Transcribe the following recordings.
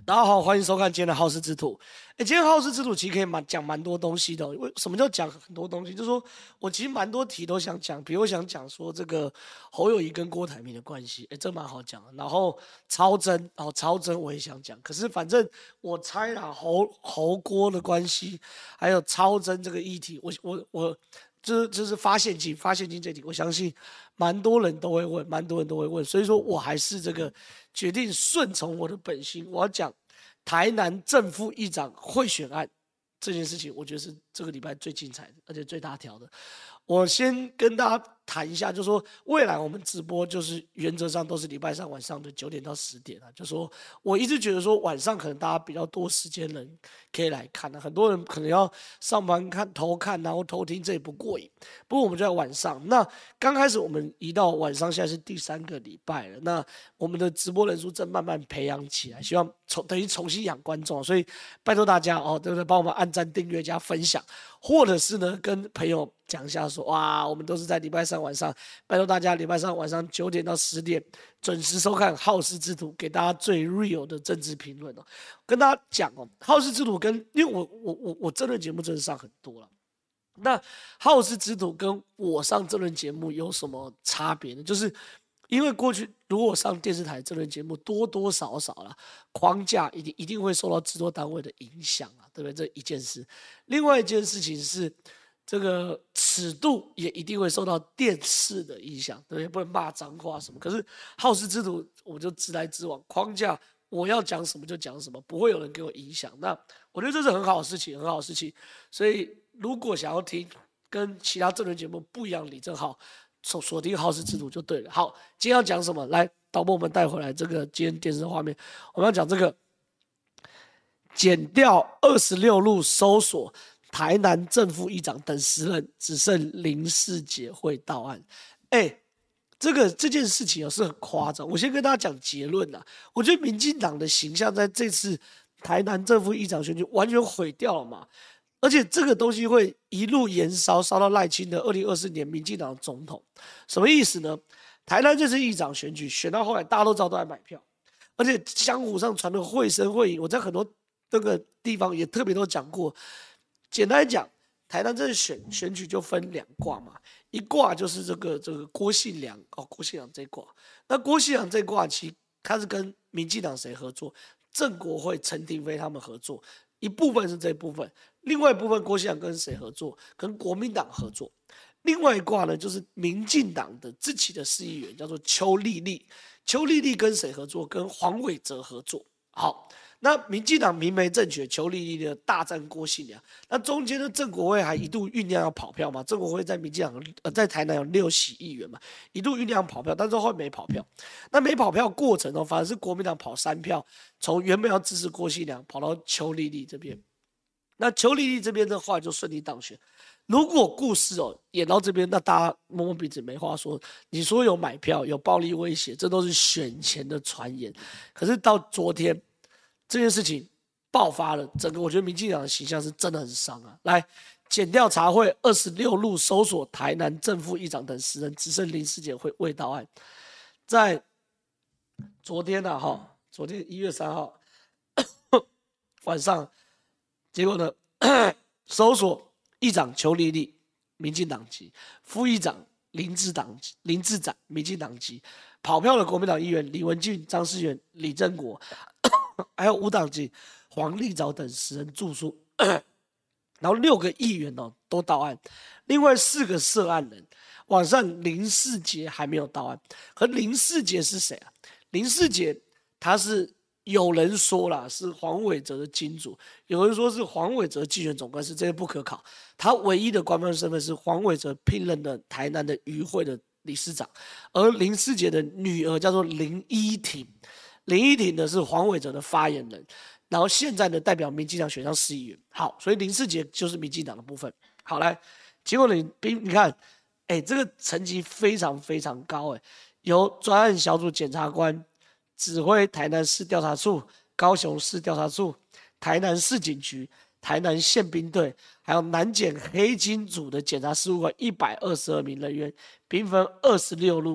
大家好，欢迎收看今天的好事之徒。今天好事之徒其实可以讲蛮多东西的。为什么叫讲很多东西？就是说我其实蛮多题都想讲，比如我想讲说这个侯友宜跟郭台铭的关系，这蛮好讲的。然后超真我也想讲，可是反正我猜啦，侯郭的关系，还有超真这个议题，我就是发现金这题，我相信蛮多人都会问，所以说我还是这个决定顺从我的本心，我要讲台南正副议长贿选案这件事情，我觉得是这个礼拜最精彩的，而且最大条的。我先跟大家谈一下，就说未来我们直播就是原则上都是礼拜三晚上的9点到10点啊。就说我一直觉得说晚上可能大家比较多时间人可以来看很多人可能要上班偷看然后偷听，这也不过瘾。不过我们就在晚上，那刚开始我们移到晚上，现在是第3个礼拜了。那我们的直播人数正慢慢培养起来，希望等于重新养观众，所以拜托大家对不对？帮我们按赞、订阅、加分享，或者是呢跟朋友讲一下说，哇，我们都是在礼拜三晚上，拜托大家礼拜三晚上9点到10点准时收看《好事之徒》，给大家最 real 的政治评论。跟大家讲《好事之徒》因为我这轮节目真的上很多了。那好事之徒跟我上这轮节目有什么差别呢？就是因为过去如果我上电视台这轮节目，多多少少啦，框架一定会受到制作单位的影响啊，对不对？这一件事。另外一件事情是，这个尺度也一定会受到电视的影响，对不对？不能骂脏话什么。可是好事之徒，我就直来直往，框架我要讲什么就讲什么，不会有人给我影响。那我觉得这是很好的事情，很好的事情。所以如果想要听跟其他政论节目不一样的李正浩，锁定好事之徒就对了。好，今天要讲什么？来，导播我们带回来这个今天电视画面，我们要讲这个检调26路搜索台南正副议长等10人，只剩林世杰会到案。这件事情是很夸张。我先跟大家讲结论啦。我觉得民进党的形象在这次台南正副议长选举完全毁掉了嘛。而且这个东西会一路延烧到赖清德2024年民进党的总统。什么意思呢？台南这次议长选举选到后来，大家都知道都在买票，而且江湖上传的绘声绘影，我在很多这个地方也特别都讲过。简单来讲，台南这选举就分2卦嘛，一卦就是这个郭信良郭信良这一卦。那郭信良这一卦其实他是跟民进党谁合作？郑国会、陈亭妃他们合作，一部分是这一部分，另外一部分郭信良跟谁合作？跟国民党合作。另外一卦呢，就是民进党的自己的市议员叫做邱丽丽，邱丽丽跟谁合作？跟黄伟哲合作。好。那民进党明媒正娶，邱丽丽的大战郭信良。那中间的郑国会还一度酝酿要跑票嘛？郑国会在民进党在台南有6席议员嘛，一度酝酿跑票，但是后来没跑票。那没跑票过程中，反而是国民党跑3票，从原本要支持郭信良跑到邱丽丽这边。那邱丽丽这边的话就顺利当选。如果故事演到这边，那大家摸摸鼻子没话说。你说有买票、有暴力威胁，这都是选前的传言。可是到昨天，这件事情爆发了，整个我觉得民进党的形象是真的很伤啊！来，检调查会26路搜索台南正副议长等10人，只剩林世杰会未到案。在昨天昨天1月3号晚上，结果呢，搜索议长邱丽丽，民进党籍；副议长林志展，民进党籍；跑票的国民党议员李文俊、张世元、李正国。还有无党籍黄立藻等10人住宿，然后6个议员都到案，另外4个涉案人，晚上林世杰还没有到案。可林世杰是谁啊？林世杰他是有人说啦是黄伟哲的金主，有人说是黄伟哲竞选总干事，这些不可考。他唯一的官方身份是黄伟哲聘任的台南的渔会的理事长，而林世杰的女儿叫做林依婷。林依婷呢是黄伟哲的发言人，然后现在呢代表民进党选上市议员。好，所以林世杰就是民进党的部分。好，来，结果你看，这个层级非常非常高，由专案小组检察官指挥台南市调查处、高雄市调查处、台南市警局、台南宪兵队，还有南检黑金组的检察事务官122名人员，兵分26路。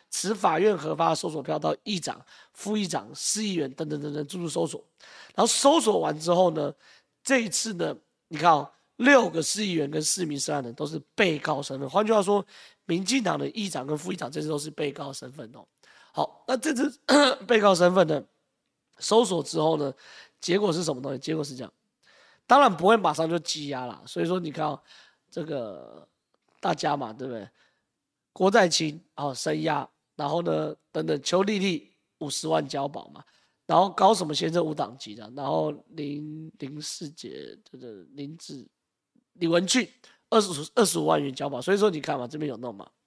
持法院核发搜索票到议长、副议长、市议员等等等等进入搜索。然后搜索完之后呢，这一次呢，你看哦，6个市议员跟4名涉案人都是被告身份。换句话说，民进党的议长跟副议长这次都是被告身份哦。好，那这次被告身份呢，搜索之后呢，结果是什么东西？结果是这样，当然不会马上就羁押啦。所以说，你看哦，这个大家嘛，对不对？郭在清声押，然后呢，等等，邱丽丽50万交保嘛，然后高什么先生无党籍的，然后林世杰李文俊25万元交保，所以说你看嘛，这边有弄嘛，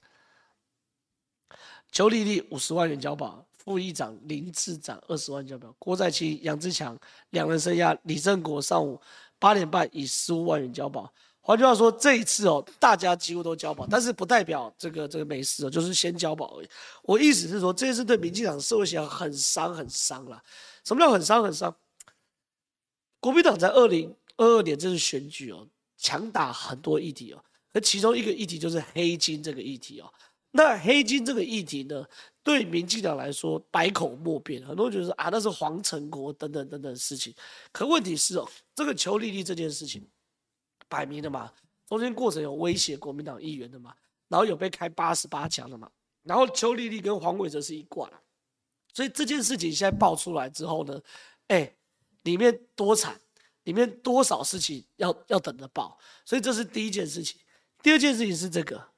邱丽丽50万元交保，副议长林次长20万交保，郭在清、杨志强2人声押，李正国上午8点半以15万元交保。换句话说，这一次哦，大家几乎都交保，但是不代表这个没事哦，就是先交保而已。我意思是说，这次对民进党社会形象很伤啦。什么叫很伤？国民党在2022年这次选举哦，强打很多议题哦，而其中一个议题就是黑金这个议题哦。那黑金这个议题呢，对民进党来说百口莫辩，很多人觉得说那是黄成国等等等等的事情。可问题是哦，这个邱丽丽这件事情。摆明的嘛，中间过程有威胁国民党议员的嘛，然后有被开88枪的嘛，然后邱丽丽跟黄伟哲是一挂了，所以这件事情现在爆出来之后呢，里面多惨，里面多少事情要等着爆，所以这是第一件事情。第二件事情是这个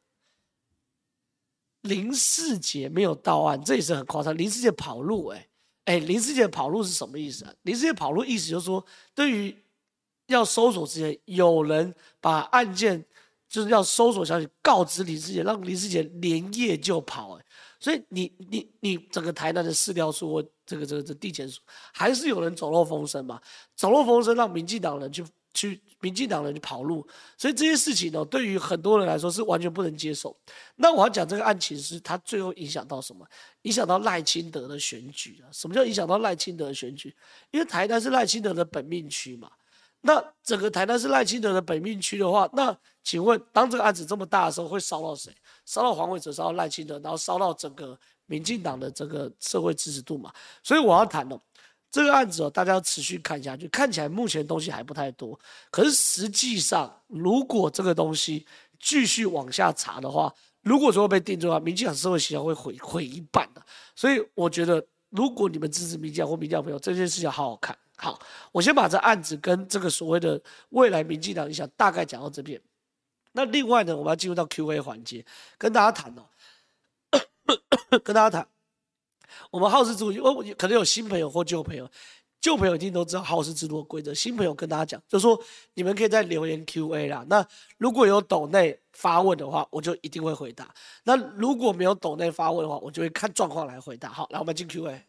林世杰没有到案，这也是很夸张，林世杰跑路林世杰跑路是什么意思啊？林世杰跑路意思就是说，对于要搜索之前，有人把案件就是要搜索消息告知林世杰，让林世杰连夜就跑，所以你整个台南的市调处或这地检署，还是有人走漏风声嘛？走漏风声让民进党人去跑路，所以这些事情呢，对于很多人来说是完全不能接受。那我要讲这个案情是它最后影响到什么？影响到赖清德的选举啊？什么叫影响到赖清德的选举？因为台南是赖清德的本命区嘛。那整个台南是赖清德的本命区的话，那请问，当这个案子这么大的时候，会烧到谁？烧到黄伟哲，烧到赖清德，然后烧到整个民进党的这个社会支持度嘛？所以我要谈这个案子大家要持续看下去。看起来目前东西还不太多，可是实际上，如果这个东西继续往下查的话，如果说被定罪的话，民进党社会形象会毁一半的。所以我觉得，如果你们支持民进党或民进党朋友，这件事情好好看。好，我先把这案子跟这个所谓的未来民进党影响大概讲到这边。那另外呢，我们要进入到 Q&A 环节，跟大家谈跟大家谈，我们好事之徒，可能有新朋友或旧朋友，旧朋友一定都知道好事之徒的规则，新朋友跟大家讲，就是说你们可以在留言 Q&A 啦。那如果有斗内发问的话，我就一定会回答。那如果没有斗内发问的话，我就会看状况来回答。好，来我们进 Q&A。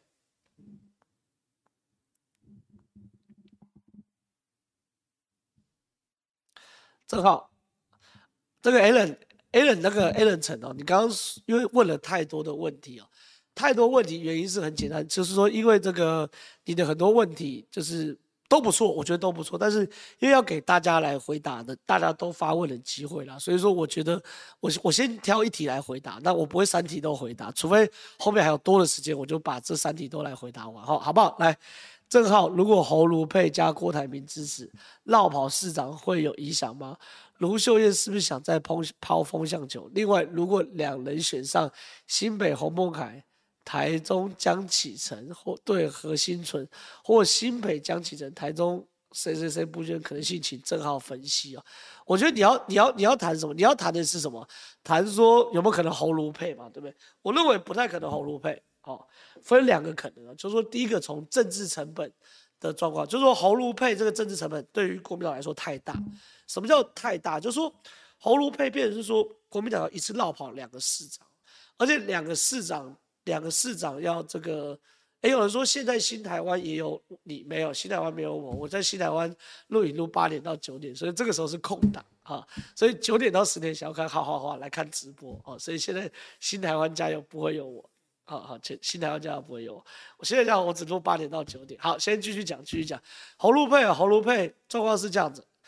正好，这个 Alan 那个 Alan 陈你刚刚因为问了太多的问题太多问题原因是很简单，就是说因为这个你的很多问题就是都不错，我觉得都不错，但是因为要给大家来回答的，大家都发问的机会啦，所以说我觉得我先挑一题来回答，那我不会3题都回答，除非后面还有多的时间，我就把这3题都来回答完，好不好？来。正好，如果侯卢配加郭台铭支持，绕跑市长会有影响吗？卢秀燕是不是想再抛风向球？另外，如果2人选上新北洪孟凯、台中江启臣或对何新存，或新北江启臣、台中谁不选可能性，请正好分析我觉得你要谈什么？你要谈的是什么？谈说有没有可能侯卢配嘛？对不对？我认为不太可能侯卢配。分2个可能就是说，第一个从政治成本的状况，就是说侯卢配这个政治成本对于国民党来说太大。什么叫太大？就是说侯卢配变成是说国民党要一次绕跑2个市长，而且2个市长要这个。有人说现在新台湾也有你，没有新台湾没有我在新台湾录影录8点到9点，所以这个时候是空档所以9点到10点想要看好来看直播所以现在新台湾加油不会有我。好，新台湾加油不会有我现在讲，我只录8点到9点。好，先继续讲。侯卢配状况是这样子，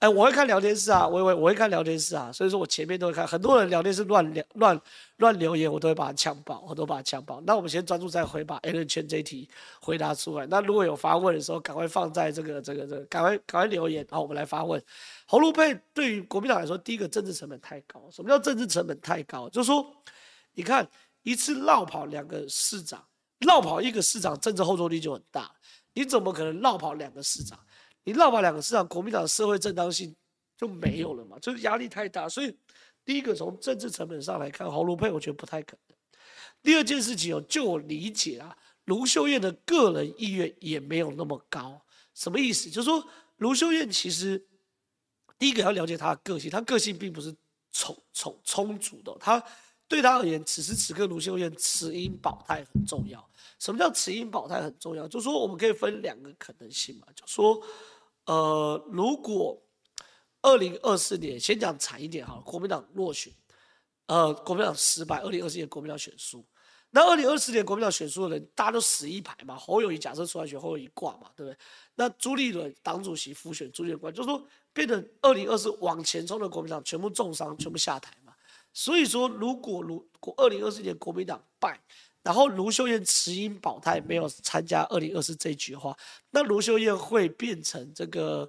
哎，我会看聊天室啊，我会看聊天室啊，所以说我前面都会看，很多人聊天室乱留言，我都会把它呛爆，我都把它呛爆。那我们先专注在回把 a l n 圈这一题回答出来。那如果有发问的时候，赶快放在这个，赶快留言，然后我们来发问。红卢配对于国民党来说，第一个政治成本太高。什么叫政治成本太高？就是说，你看一次绕跑2个市长，绕跑1个市长，政治后坐力就很大。你怎么可能绕跑2个市长？你绕跑2个市长，国民党的社会正当性就没有了嘛？就是压力太大。所以第一个从政治成本上来看，侯卢配我觉得不太可能。第二件事情就我理解啊，卢秀燕的个人意愿也没有那么高。什么意思？就是说卢秀燕其实第一个要了解她的个性，她个性并不是充足的。她对她而言，此时此刻卢秀燕持盈保泰很重要。什么叫持盈保泰很重要？就是说我们可以分2个可能性嘛，就说如果2024年先讲惨一点好了，国民党落选，国民党失败，2024年国民党选输。那2024年国民党选输的人，大家都死一排嘛。侯友宜假设出来选，侯友宜挂嘛，对不对？那朱立伦党主席复选，朱立伦挂，就是说变成2024往前冲的国民党全部重伤，全部下台嘛。所以说，如果2024年国民党败，然后卢秀燕持盈保泰没有参加2024这一局的话，那卢秀燕会变成这个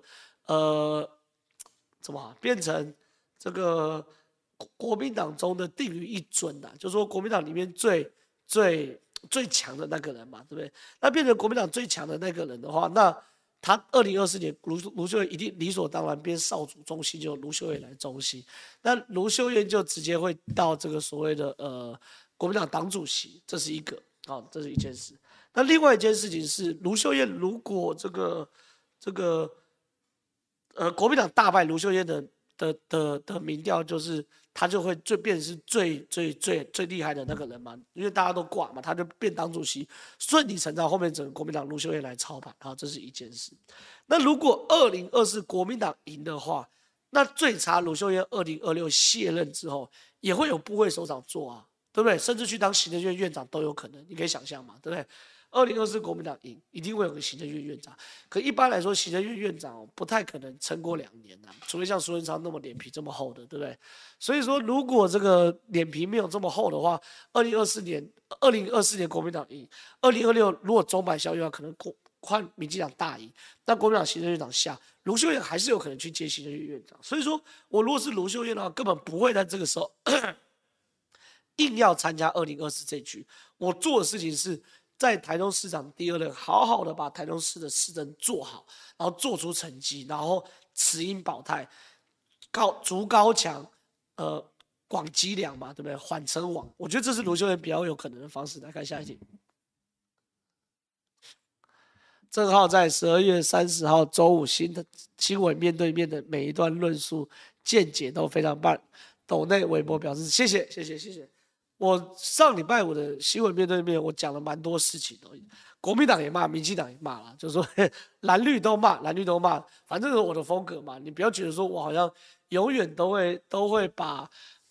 怎么变成这个国民党中的定于一尊呐、就是说国民党里面最强的那个人嘛，对不对？那变成国民党最强的那个人的话，那他2024年卢秀燕一定理所当然变少主中心，就卢秀燕来中心，那卢秀燕就直接会到这个所谓的国民党党主席，这是一个，好，这是一件事。那另外一件事情是，卢秀燕如果这个国民党大败，卢秀燕的民调就是他就会变成是最厉害的那个人嘛，因为大家都挂嘛，他就变党主席，顺理成章，后面整个国民党卢秀燕来操盘，好，这是一件事。那如果2024国民党赢的话，那最差卢秀燕2026卸任之后，也会有部会首长做啊，对不对？甚至去当行政院院长都有可能，你可以想象嘛，对不对？2024国民党赢，一定会有个行政院院长。可一般来说，行政院院长不太可能撑过2年啊，除非像苏贞昌那么脸皮这么厚的，对不对？所以说，如果这个脸皮没有这么厚的话，2024年国民党赢，2026如果中版效应的话，可能换民进党大赢，那国民党行政院长下，卢秀燕还是有可能去接行政院院长。所以说我如果是卢秀燕的话，根本不会在这个时候硬要参加2024这局。我做的事情是在台中市长第2任，好好的把台中市的市政做好，然后做出成绩，然后持盈保泰，筑高墙，广积粮嘛，对不对？缓称王，我觉得这是卢秀燕比较有可能的方式。来看下一题。郑浩在12月30号周五新闻面对面的每一段论述见解都非常棒。斗内微博表示谢谢。我上礼拜5的新闻面对面，我讲了蛮多事情的，国民党也骂，民进党也骂了，就是说蓝绿都骂，反正是我的风格嘛。你不要觉得说我好像永远都会把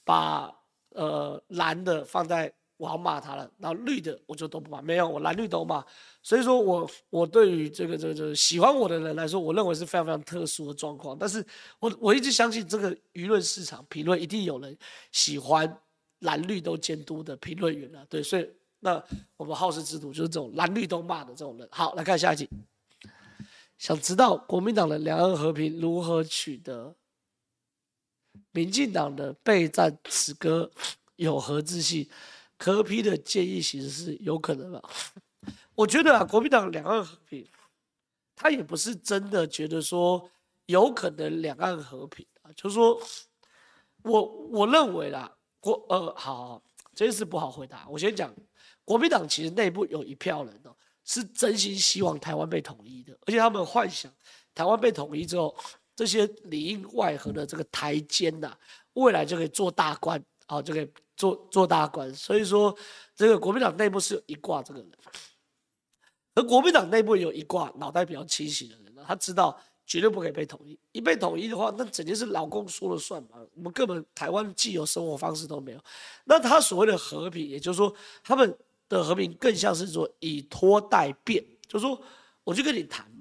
蓝的放在我要骂他了，然后绿的我就都不骂，没有，我蓝绿都骂。所以说我对于这个喜欢我的人来说，我认为是非常非常特殊的状况。但是我一直相信这个舆论市场评论一定有人喜欢蓝绿都监督的评论员啊，对，所以那我们好事之徒就是这种蓝绿都骂的这种人。好，来看下一集。想知道国民党的两岸和平如何取得？民进党的备战此歌有何自信？柯 P 的建议其实是有可能吧？我觉得啊，国民党两岸和平，他也不是真的觉得说有可能两岸和平啊，就是说我认为啦，好，这件事不好回答。我先讲，国民党其实内部有一票人哦，是真心希望台湾被统一的，而且他们幻想台湾被统一之后，这些里应外合的这个台奸呐，未来就可以做大官，啊，就可以做大官。所以说，这个国民党内部是有一挂这个人，而国民党内部有一挂脑袋比较清醒的人，他知道绝对不可以被统一。一被统一的话，那整件事老共说了算嘛。我们根本台湾既有生活方式都没有。那他所谓的和平，也就是说，他们的和平更像是说以拖代变，就是说我就跟你谈嘛，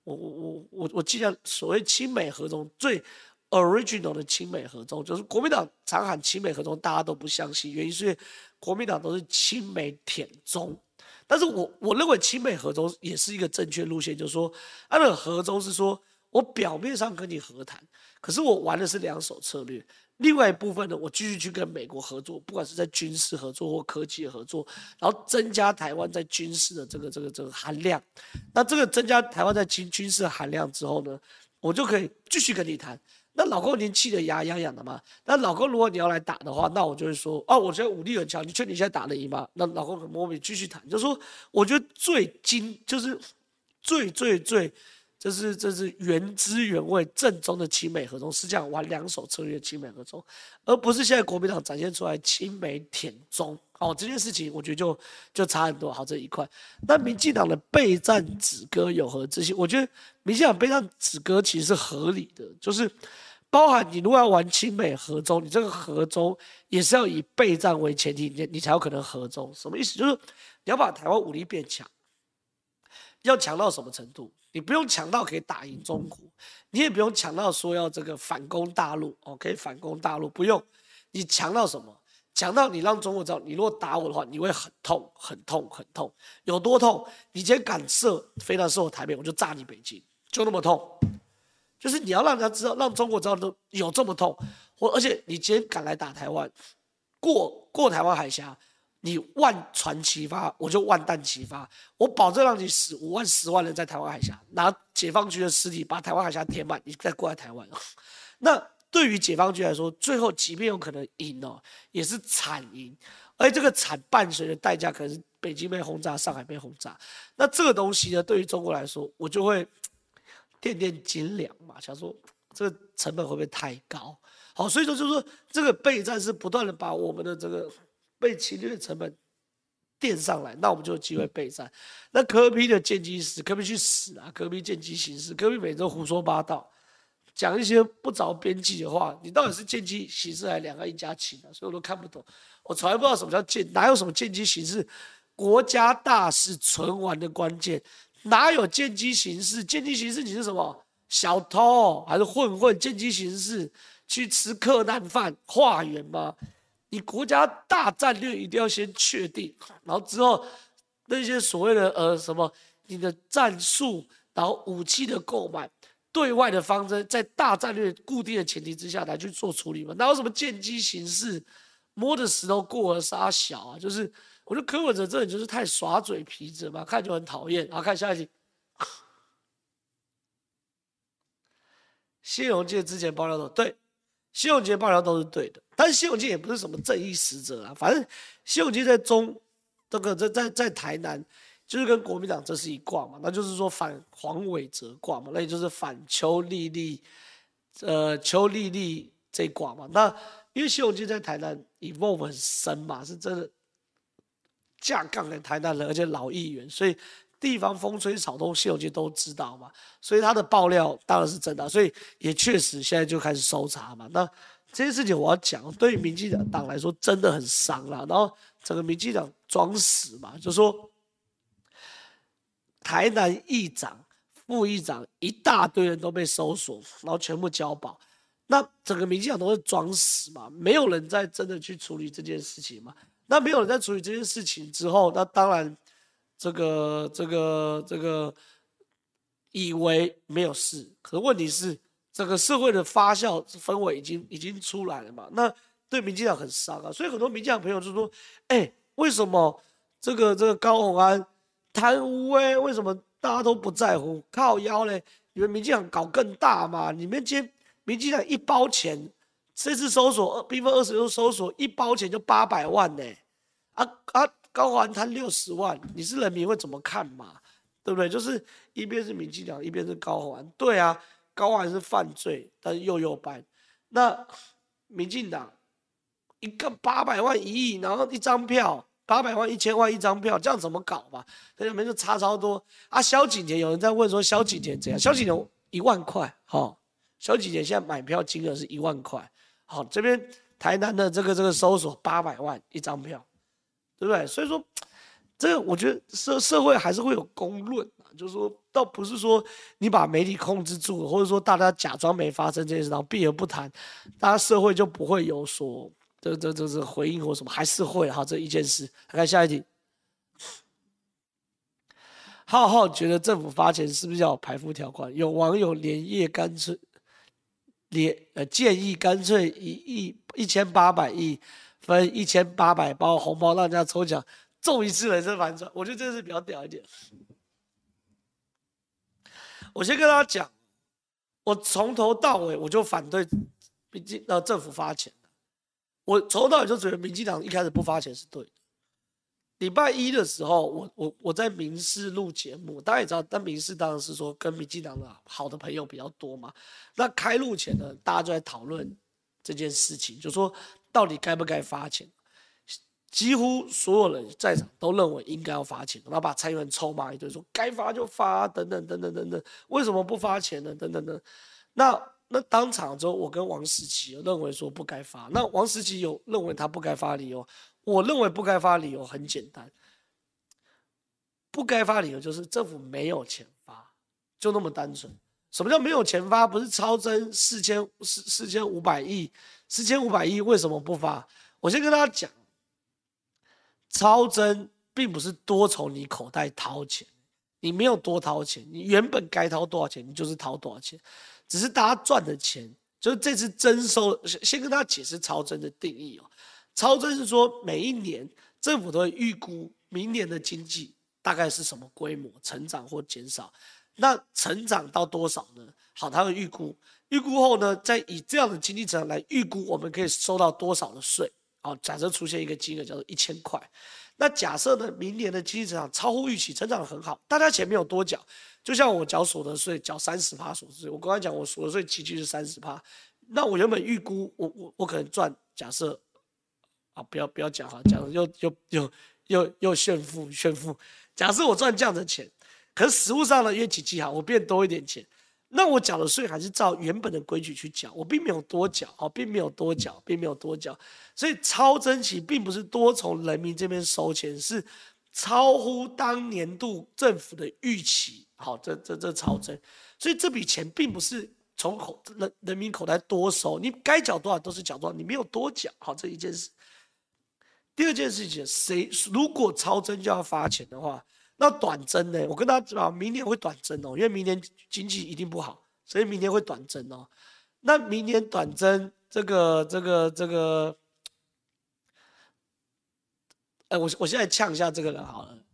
我尽量所谓亲美和中最 original 的亲美和中，就是国民党常喊亲美和中，大家都不相信，原因是因为国民党都是亲美舔中。但是我认为亲美和中也是一个正确路线，就是说，那个和中是说我表面上跟你和谈，可是我玩的是两手策略。另外一部分呢，我继续去跟美国合作，不管是在军事合作或科技的合作，然后增加台湾在军事的这个含量。那这个增加台湾在军事含量之后呢，我就可以继续跟你谈。那老公已经气得牙痒痒的嘛？那老公如果你要来打的话，那我就会说，哦，我觉得武力很强，你确定你现在打得赢吗？那老公很莫名继续谈，就说我觉得就是最。这是原汁原味正宗的亲美和中，是这样玩两手策略的亲美和中，而不是现在国民党展现出来亲美舔中。哦，这件事情我觉得就差很多。好，这一块。那民进党的备战止戈有何之心？我觉得民进党备战止戈其实是合理的，就是包含你如果要玩亲美和中，你这个和中也是要以备战为前提，你才有可能和中。什么意思？就是你要把台湾武力变强，要强到什么程度？你不用强到可以打赢中国，你也不用强到说要这个反攻大陆，可以反攻大陆，不用。你强到什么？强到你让中国知道，你如果打我的话，你会很痛，很痛，很痛。有多痛？你今天敢飞弹射我台北，我就炸你北京，就那么痛。就是你要让人家知道，让中国知道有这么痛。而且你今天敢来打台湾，过台湾海峡。你万船齐发，我就万弹齐发。我保证让你死5万、10万人在台湾海峡，拿解放军的尸体把台湾海峡填满，你再过来台湾。那对于解放军来说，最后即便有可能赢哦，也是惨赢，而这个惨伴随的代价可能是北京被轰炸、上海被轰炸。那这个东西呢，对于中国来说，我就会掂掂斤两嘛，想说这个成本会不会太高？好，所以说就是说，这个备战是不断的把我们的这个被侵略的成本垫上来，那我们就有机会备战。那柯 P 的建机师，柯 P 去死啊！柯 P 建机行事，柯 P 每周胡说八道，讲一些不着边际的话。你到底是建机行事还是两岸一家亲啊？所以我都看不懂。我从来不知道什么叫哪有什么建机行事？国家大事存亡的关键，哪有建机行事？建机行事你是什么小偷还是混混？建机行事去吃客难饭化缘吗？你国家大战略一定要先确定，然后之后那些所谓的什么你的战术，然后武器的购买，对外的方针，在大战略固定的前提之下来去做处理嘛？哪有什么见机行事，摸着石头过河杀小啊？就是我觉得柯文哲这人就是太耍嘴皮子嘛，看就很讨厌。然后看下一题，谢永健之前爆料的对。谢永杰爆料都是对的，但是谢永杰也不是什么正义使者啊。反正谢永杰在在台南，就是跟国民党这是一卦嘛，那就是说反黄伟哲卦嘛，那也就是反邱丽丽这一卦嘛。那因为谢永杰在台南 involve 很深嘛，是真的架杠的台南人，而且老议员，所以地方风吹草动，谢永杰都知道嘛，所以他的爆料当然是真的，所以也确实现在就开始搜查嘛。那这件事情我要讲，对于民进党来说真的很伤啦。然后整个民进党装死嘛，就说台南议长、副议长一大堆人都被搜索，然后全部交保。那整个民进党都是装死嘛，没有人在真的去处理这件事情嘛。那没有人在处理这件事情之后，那当然。这个以为没有事，可是问题是整个社会的发酵氛围已经出来了嘛？那对民进党很伤啊，所以很多民进党朋友就说：“为什么这个高虹安贪污为什么大家都不在乎？靠腰嘞？你们民进党搞更大嘛？你们今天民进党一包钱，这次搜索兵分20搜索一包钱就800万呢？高虹安贪60万，你是人民会怎么看嘛？对不对？就是一边是民进党，一边是高虹安。对啊，高虹安是犯罪，但是幼班。那民进党一个800万1亿，然后一张票800万1000万一张票，这样怎么搞嘛？这里面就差超多啊！萧景田有人在问说萧景田怎样？萧景田1万块，萧景田现在买票金额是1万块。好，这边台南的这个搜索800万一张票。对不对？所以说，这个我觉得社会还是会有公论， 就是说，倒不是说你把媒体控制住了，或者说大家假装没发生这件事，然后避而不谈，大家社会就不会有所这回应或什么，还是会哈这一件事。来看下一题，浩浩觉得政府发钱是不是要有排付条款？有网友连夜干脆建议干脆1800亿分1800包红包让人家抽奖，中一次人生反转。我觉得这是比较屌一点。我先跟大家讲，我从头到尾我就反对政府发钱的。我从头到尾就觉得民进党一开始不发钱是对的。礼拜一的时候，我在民视录节目，大家也知道，但民视当然是说跟民进党的好的朋友比较多嘛。那开录前呢，大家就在讨论这件事情，就说到底该不该发钱。几乎所有人在场都认为应该要发钱，然后把蔡英文臭骂一堆，说该发就发，等等等等等等，为什么不发钱呢？等等等。那当场之后，我跟王时齐认为说不该发，那王时齐有认为他不该发的理由，我认为不该发的理由很简单，不该发的理由就是政府没有钱发，就那么单纯。什么叫没有钱发？不是超增4500亿，4500亿为什么不发？我先跟大家讲。超增并不是多从你口袋掏钱，你没有多掏钱，你原本该掏多少钱，你就是掏多少钱，只是大家赚的钱，就是这次征收。先跟大家解释超增的定义哦。超增是说每一年政府都会预估明年的经济大概是什么规模，成长或减少。那成长到多少呢？好，他会预估，预估后呢，再以这样的经济成长来预估我们可以收到多少的税。好，假设出现一个金额叫做1000块，那假设呢，明年的经济成长超乎预期，成长得很好，大家钱没有多缴，就像我缴所得税，缴30%所得税，我刚才讲我所得税期距是30%，那我原本预估我可能赚，假设啊，不要讲哈，讲又炫富，假设我赚这样的钱，可是实物上呢，因为经济好，我变多一点钱。那我缴的税还是照原本的规矩去缴，我并没有多缴，并没有多缴，所以超增期并不是多从人民这边收钱，是超乎当年度政府的预期。好，这超增，所以这笔钱并不是从人民口袋多收，你该缴多少都是缴多少，你没有多缴。好，这一件事。第二件事情，如果超增就要发钱的话。那短增呢？我跟大家讲，明年会短增哦，因为明年经济一定不好，所以明年会短增哦。那明年短增这个，我现在呛一下这个人好了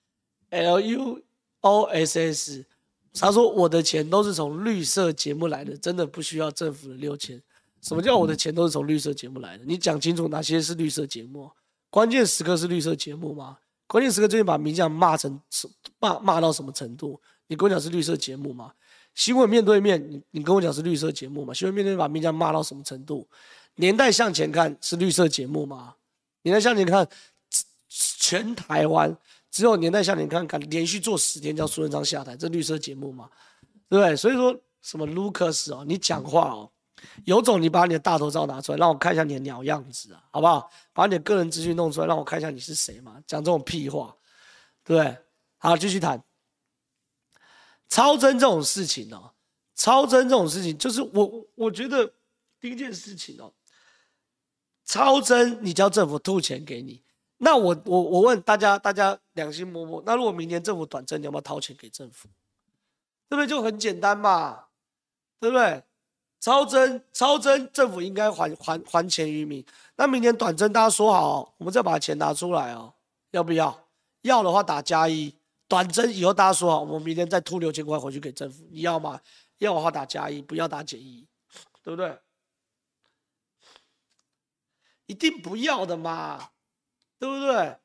，LUOSS， 他说我的钱都是从绿色节目来的，真的不需要政府的6000。什么叫我的钱都是从绿色节目来的？你讲清楚哪些是绿色节目？关键时刻是绿色节目吗？关键时刻最近把民进党骂到什么程度？你跟我讲是绿色节目吗？新闻面对面，你跟我讲是绿色节目吗？新闻面对面把民进党骂到什么程度？年代向前看是绿色节目吗？年代向前看，全台湾只有年代向前看敢连续做10天叫苏贞昌下台，这绿色节目吗？对不对？所以说什么 Lucas 哦，你讲话哦。有种你把你的大头照拿出来，让我看一下你的鸟样子啊，好不好？把你的个人资讯弄出来，让我看一下你是谁嘛？讲这种屁话，对不对？好，继续谈超增这种事情哦。超增这种事情，就是我觉得第一件事情哦，超增你叫政府吐钱给你，那我问大家良心摸摸，那如果明年政府短增，你要不要掏钱给政府？对不对？就很简单嘛，对不对？超增，政府应该还钱于民。那明年短增，大家说好哦，我们再把钱拿出来哦，要不要？要的话打+1，短增以后大家说好，我们明年再吐6000块回去给政府，你要吗？要的话打+1，不要打-1，对不对？一定不要的嘛，对不对？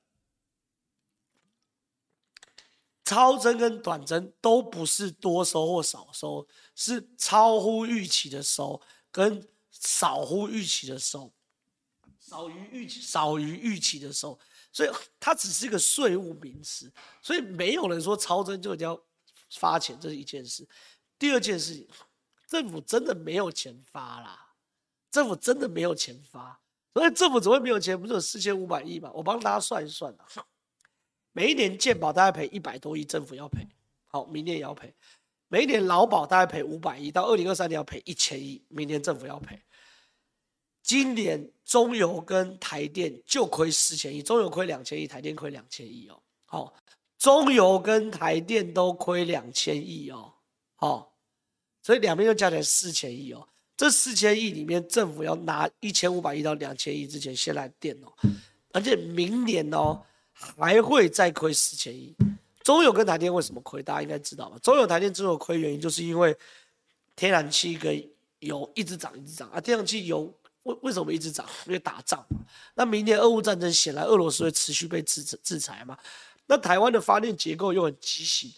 超增跟短增都不是多收或少收，是超乎预期的收跟少乎预期的收，少于预期的收，所以它只是一个税务名词，所以没有人说超增就一定要发钱，这是一件事。第二件事情，政府真的没有钱发啦，政府真的没有钱发，所以政府怎么会没有钱？不是有4500亿吗？我帮大家算一算啊。每一年健保大概赔100多亿，政府要赔。 好，明年也要赔。每一年劳保大概赔500亿，到2023年要赔1000亿，明年政府要赔。今年中油跟台电就亏4000亿，中油亏2000亿，台电亏2000亿哦。好，中油跟台电都亏2000亿哦。好，所以两边就加起来4000亿哦。这4000亿里面，政府要拿1500亿到2000亿之前先来垫哦，而且明年哦还会再亏4000亿。中油跟台电为什么亏？大家应该知道吧？中油台电之所以亏，原因就是因为天然气跟油一直涨一直涨啊。天然气油为什么一直涨？因为打仗嘛。那明年俄乌战争显然俄罗斯会持续被制裁嘛。那台湾的发电结构又很畸形，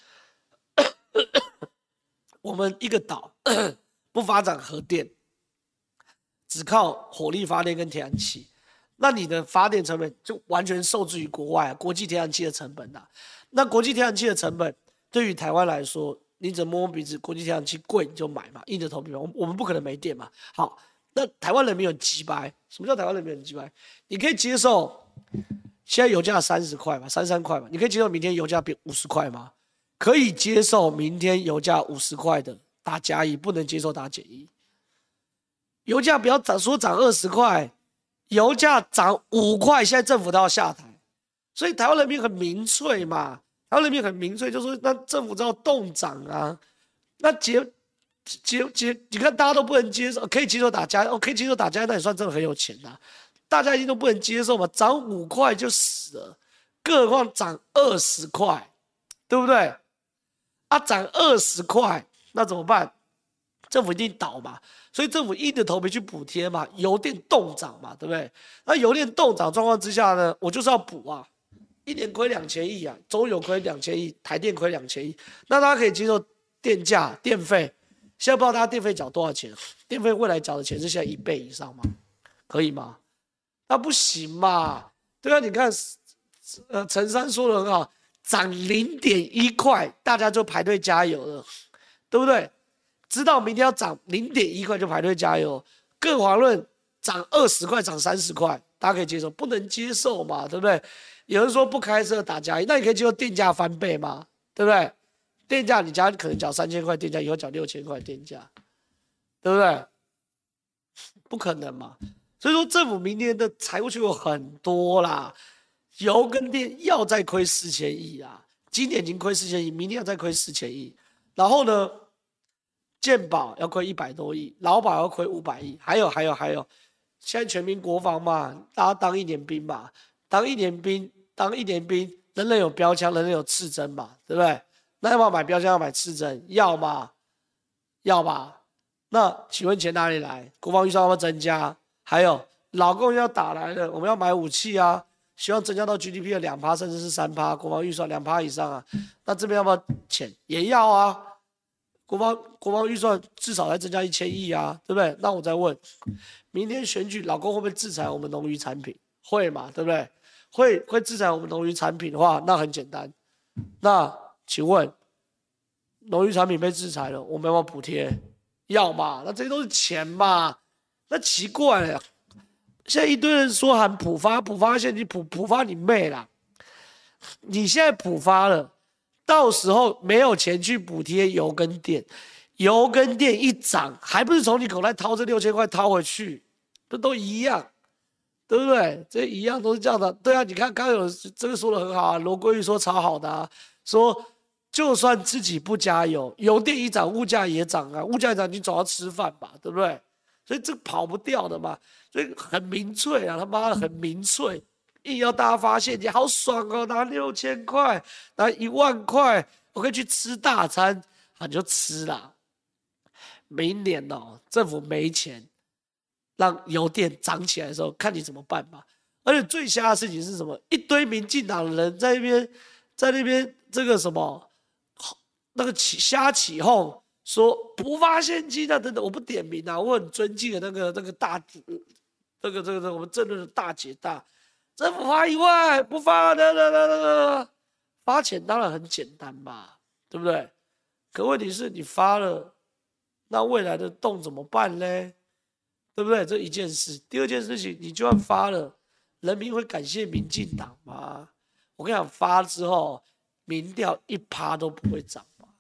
我们一个岛不发展核电，只靠火力发电跟天然气，那你的发电成本就完全受制于国外国际天然气的成本啊。那国际天然气的成本对于台湾来说，你只摸摸鼻子，国际天然气贵你就买嘛，硬着头皮买。我们不可能没电嘛。好，那台湾人民很鸡掰。什么叫台湾人民很鸡掰？你可以接受现在油价30块嘛，33块嘛，你可以接受明天油价变50块吗？可以接受明天油价50块的打加一，不能接受打减一。油价不要涨，说涨20块，油价涨5块，现在政府都要下台。所以台湾人民很民粹嘛，台湾人民很民粹，就说那政府只要动涨啊，那你看大家都不能接受，可以接受打加，可以接受打加，那也算真的很有钱啊。大家一定都不能接受嘛，涨5块就死了，更何况涨20块，对不对？啊，涨20块，那怎么办？政府一定倒嘛，所以政府硬着头皮去补贴嘛，油电动涨嘛，对不对？那油电动涨状况之下呢，我就是要补啊，一年亏2000亿啊，中油亏2000亿，台电亏2000亿，那大家可以接受电价、电费。现在不知道大家电费缴多少钱？电费未来缴的钱是现在1倍以上吗？可以吗？那不行嘛，对啊，你看，陈珊说的很好，涨0.1块，大家就排队加油了，对不对？知道明天要涨0.1块就排队加油，更遑论涨20块、涨30块，大家可以接受，不能接受嘛，对不对？有人说不开车打加一，那你可以接受电价翻倍吗？对不对？电价你家可能缴3000块电价，以后缴6000块电价，对不对？不可能嘛。所以说政府明年的财务缺口很多啦，油跟电要再亏4000亿啊，今年已经亏4000亿，明年要再亏4000亿，然后呢？健保要亏100多亿，劳保要亏500亿，还有，现在全民国防嘛，大家当1年兵嘛，当一年兵，人人有标枪，人人有刺针嘛，对不对？那要不要买标枪，要买刺针？要吗？要吧？那请问钱哪里来？国防预算要不要增加？还有，老共要打来了，我们要买武器啊，希望增加到 GDP 的2%，甚至是3%，国防预算2%以上啊。那这边要不要钱？也要啊。国防预算至少再增加1000亿啊，对不对？那我再问，明天选举老公会不会制裁我们农渔产品？会嘛，对不对？会制裁我们农渔产品的话，那很简单。那请问，农渔产品被制裁了，我们要不要补贴？要嘛，那这些都是钱嘛。那奇怪了，现在一堆人说喊普发，现在你普发你妹啦！你现在普发了。到时候没有钱去补贴油跟电，油跟电一涨，还不是从你口袋掏这6000块掏回去，这都一样，对不对？这一样都是这样的。对啊，你看刚刚有这个说的很好啊，罗桂玉说超好的啊，说就算自己不加油，油电一涨，物价也涨啊，物价一涨你总要吃饭吧，对不对？所以这跑不掉的嘛，所以很民粹啊，他妈的很民粹。硬要大家发现你好爽哦，拿6000块，拿10000块，我可以去吃大餐，你就吃啦。明年哦，政府没钱，让油电涨起来的时候，看你怎么办吧。而且最瞎的事情是什么？一堆民进党的人在那边这个什么，那个瞎起哄，说不发现金啊等等，我不点名啊，我很尊敬的那个大，这个我们政论的大姐大。政府发10000，不发发钱当然很简单嘛，对不对？可问题是你发了，那未来的洞怎么办呢？对不对？这一件事。第二件事情，你就算发了，人民会感谢民进党吗？我跟你讲，发之后民调1%都不会涨嘛。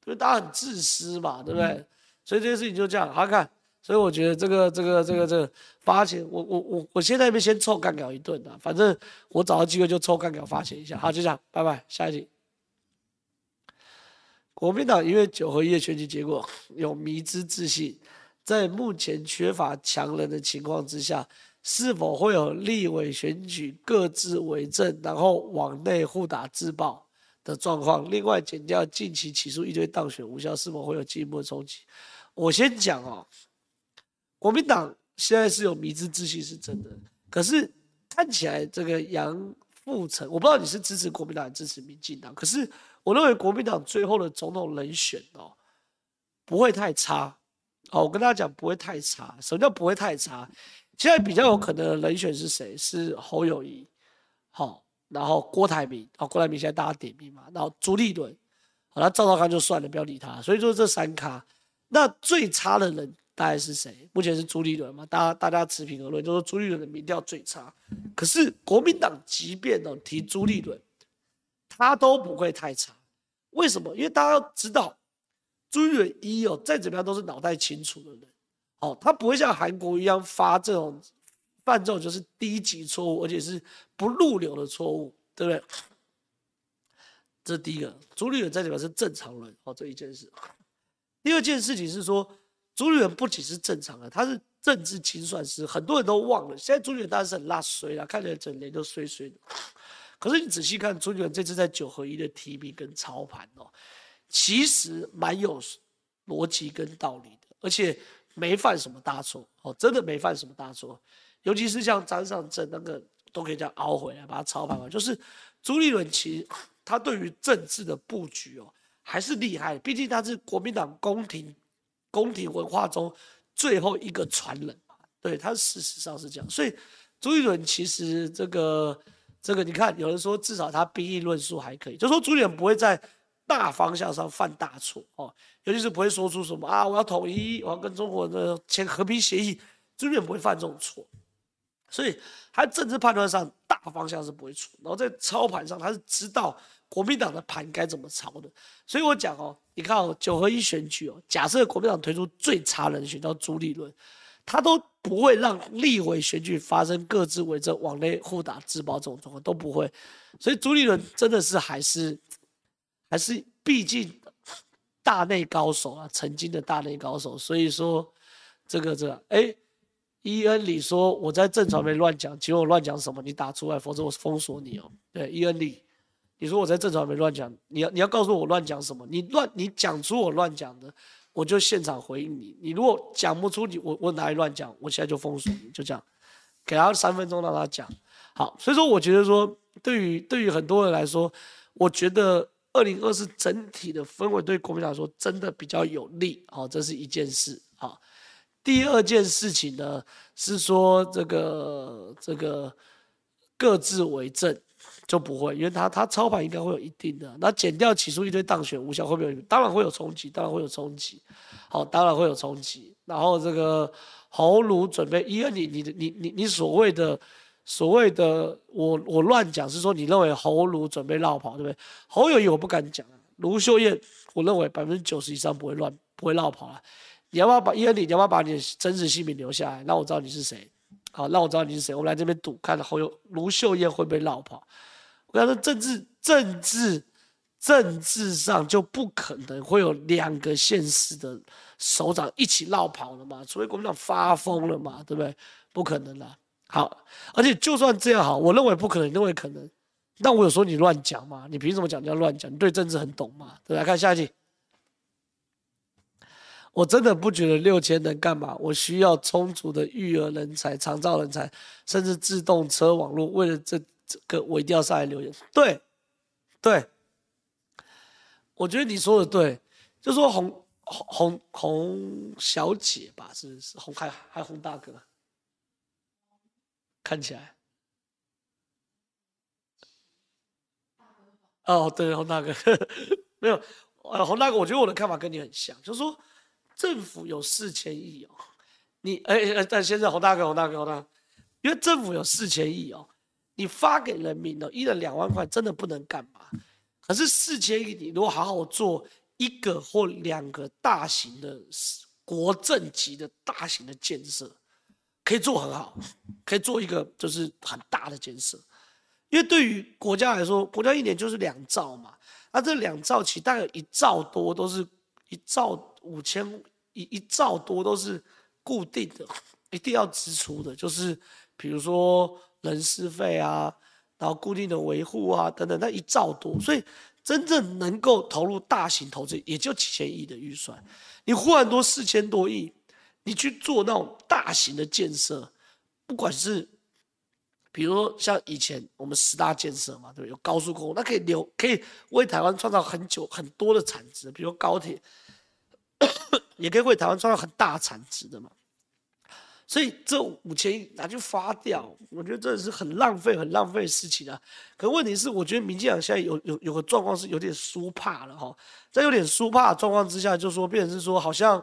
因为大家很自私嘛，对不对？所以这件事情就这样，好看。所以我觉得这个发钱，我现在那边先臭干掉一顿啊，反正我找到机会就臭干掉发钱一下。好，就这样，拜拜，下一集。国民党因为9合1的选举结果有迷之自信，在目前缺乏强人的情况之下，是否会有立委选举各自为政，然后往内互打自爆的状况？另外，减掉近期起诉一堆当选无效，是否会有进一步的冲击？我先讲哦，国民党现在是有迷之自信是真的，可是看起来这个杨富成，我不知道你是支持国民党还是支持民进党，可是我认为国民党最后的总统人选哦，不会太差。哦，我跟大家讲不会太差。什么叫不会太差？现在比较有可能的人选是谁？是侯友宜，好，然后郭台铭，郭台铭现在大家点名嘛，然后朱立伦，好，那赵少康就算了，不要理他。所以说这3咖，那最差的人大概是谁？目前是朱立伦嘛，大家持平而论，就说朱立伦的民调最差。可是国民党即便提朱立伦，他都不会太差。为什么？因为大家要知道，朱立伦再怎么样都是脑袋清楚的人，他不会像韩国一样犯这种就是低级错误，而且是不入流的错误，对不对？这是第一个，朱立伦再怎么样是正常人，这一件事。第二件事情是说，朱立伦不仅是正常人，他是政治精算师，很多人都忘了。现在朱立伦当然是很辣衰啦，看起来整脸都衰衰的。可是你仔细看朱立伦这次在9合1的提名跟操盘其实蛮有逻辑跟道理的，而且没犯什么大错真的没犯什么大错。尤其是像张善政那个都可以这样熬回来把它操盘完，就是朱立伦其实他对于政治的布局还是厉害的，毕竟他是国民党宫廷文化中最后一个传人嘛，对，他事实上是这样。所以朱立伦其实这个你看，有人说至少他兵役论述还可以，就说朱立伦不会在大方向上犯大错尤其是不会说出什么我要统一，我要跟中国签和平协议，朱立伦不会犯这种错。所以他政治判断上大方向是不会错，然后在操盘上他是知道国民党的盘该怎么操的。所以我讲你看9合1选举假设国民党推出最差人选叫朱立伦，他都不会让立委选举发生各自为政、往内互打自爆这种状况，都不会。所以朱立伦真的是还是毕竟大内高手啊，曾经的大内高手。所以说伊恩里说我在正传媒乱讲，请问我乱讲什么？你打出来，否则我封锁你对，伊恩里，你说我在正传媒乱讲，你要告诉我乱讲什么？你讲出我乱讲的，我就现场回应你。你如果讲不出我哪里乱讲，我现在就封锁你，就这样，给他3分钟让他讲。好，所以说我觉得说，对于很多人来说，我觉得2024整体的氛围对国民党来说真的比较有利，这是一件事第二件事情呢是说这个各自为政就不会，因为他操盘应该会有一定的，那减掉起诉一堆当选无效会不会有？当然会有冲击，当然会有冲击，当然会有冲击。然后这个侯卢准备，因为你所谓的我乱讲是说你认为侯卢准备绕跑，对不对？侯友宜我不敢讲卢秀燕我认为90%以上不会绕跑了。你要不要把你要不要把你的真实姓名留下来，让我知道你是谁？好，让我知道你是谁。我们来这边赌，看卢秀燕会不会绕跑。我跟他说，政治上就不可能会有2个县市的首长一起绕跑了嘛，除非国民党发疯了嘛，对不对？不可能啦。好，而且就算这样好，我认为不可能，你认为可能？那我有说你乱讲吗？你凭什么讲你要乱讲？你对政治很懂嘛？对吧？来看下一题。我真的不觉得6000能干嘛，我需要充足的育儿人才、长照人才，甚至自动车网络。为了这个，我一定要上来留言。对，我觉得你说的对，就说洪小姐吧，是洪还洪大哥，看起来。对，洪大哥没有，洪大哥，我觉得我的看法跟你很像，就是说。政府有4000亿但现在洪大哥，因为政府有4000亿你发给人民1人2万块真的不能干嘛？可是4000亿你如果好好做一个或两个大型的国政级的大型的建设，可以做很好，可以做一个就是很大的建设。因为对于国家来说，国家一年就是2兆嘛，那这2兆其实大概1兆多都是1兆5千1兆多都是固定的，一定要支出的，就是比如说人事费啊，然后固定的维护啊等等，那1兆多，所以真正能够投入大型投资也就几千亿的预算，你忽然多4000多亿，你去做那种大型的建设，不管是比如说像以前我们10大建设嘛，对不对？有高速公路，那可以为台湾创造很多的产值，比如高铁，也可以为台湾创造很大产值的嘛。所以这5000亿拿去发掉，我觉得真的是很浪费的事情啊。可问题是，我觉得民进党现在有个状况是有点输怕了哈，在有点输怕的状况之下，就说变成是说好像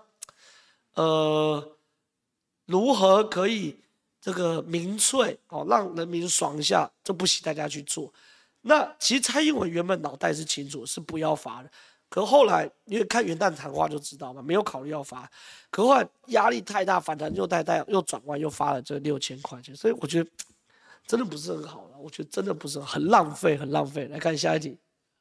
如何可以这个民粹哦，让人民爽一下，这不行，大家去做。那其实蔡英文原本脑袋是清楚，是不要罚的，可后来因为看元旦谈话就知道嘛，没有考虑要罚，可后来压力太大，反弹又太大，又转弯又发了这6000块钱，所以我觉得真的不是很好了，我觉得真的不是很浪费，很浪费。来看下一题。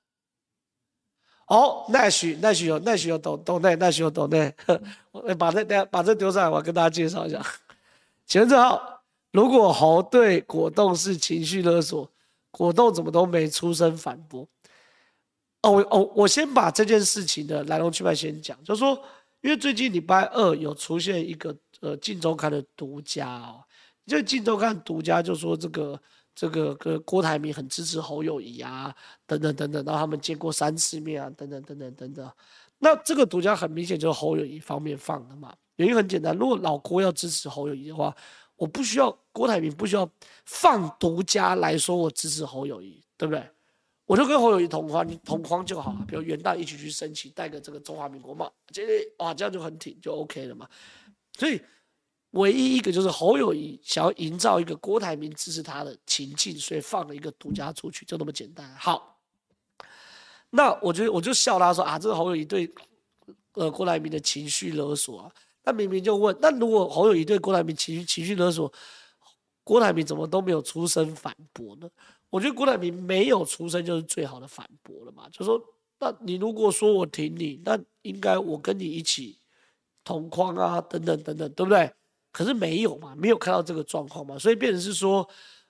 哦，Nash 有抖内，Nash 有抖内，把这丢上来，我要跟大家介绍一下。请问正浩，如果侯对果冻是情绪勒索，果冻怎么都没出声反驳？我先把这件事情的来龙去脉先讲，就是说，因为最近礼拜2有出现一个镜周刊的独家哦，这个镜周刊独家就说这个郭台铭很支持侯友宜啊，等等等等，然后他们见过3次面啊，等等等等等等。那这个独家很明显就是侯友宜方面放的嘛，原因很简单，如果老郭要支持侯友宜的话，我不需要郭台铭不需要放独家来说我支持侯友宜，对不对？我就跟侯友宜同框就好了，比如元旦一起去升旗，戴个这个中华民国帽，这样就很挺，就 OK 了嘛。所以唯一一个就是侯友宜想要营造一个郭台铭支持他的情境，所以放了一个独家出去，就那么简单。好，那我就笑他说啊，这个侯友宜对郭台铭的情绪勒索啊。那明明就问，那如果侯友宜对郭台铭情绪勒索，郭台铭怎么都没有出声反驳呢？我觉得郭台铭没有出声就是最好的反驳了嘛，就说那你如果说我挺你，那应该我跟你一起同框啊，等等等等，对不对？可是没有嘛，没有看到这个状况嘛，所以变成是说，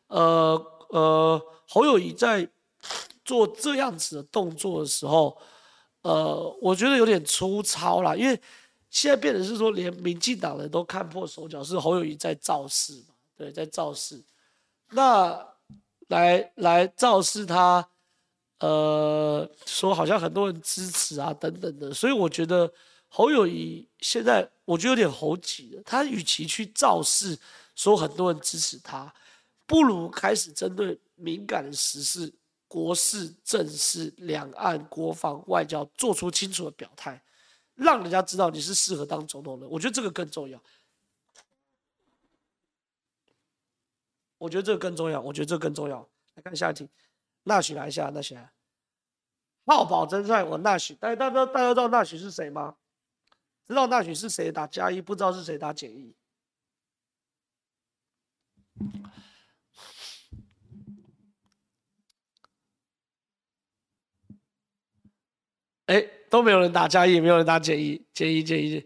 侯友宜在做这样子的动作的时候，我觉得有点粗糙啦，因为现在变成是说，连民进党人都看破手脚，是侯友宜在造势嘛，对，在造势，那来造势他，说好像很多人支持啊等等的，所以我觉得侯友宜现在我觉得有点猴急了。他与其去造势说很多人支持他，不如开始针对敏感的时事、国事、政事、两岸、国防、外交做出清楚的表态，让人家知道你是适合当总统的。我觉得这个更重要。我觉得这个更重要。我觉得这个更重要。来看下一题，纳许来一下，纳许来。浩宝真帅，我纳许。大家知道纳许是谁吗？知道纳许是谁打加一，不知道是谁打减一。哎，都没有人打加一，也没有人打减一，减一。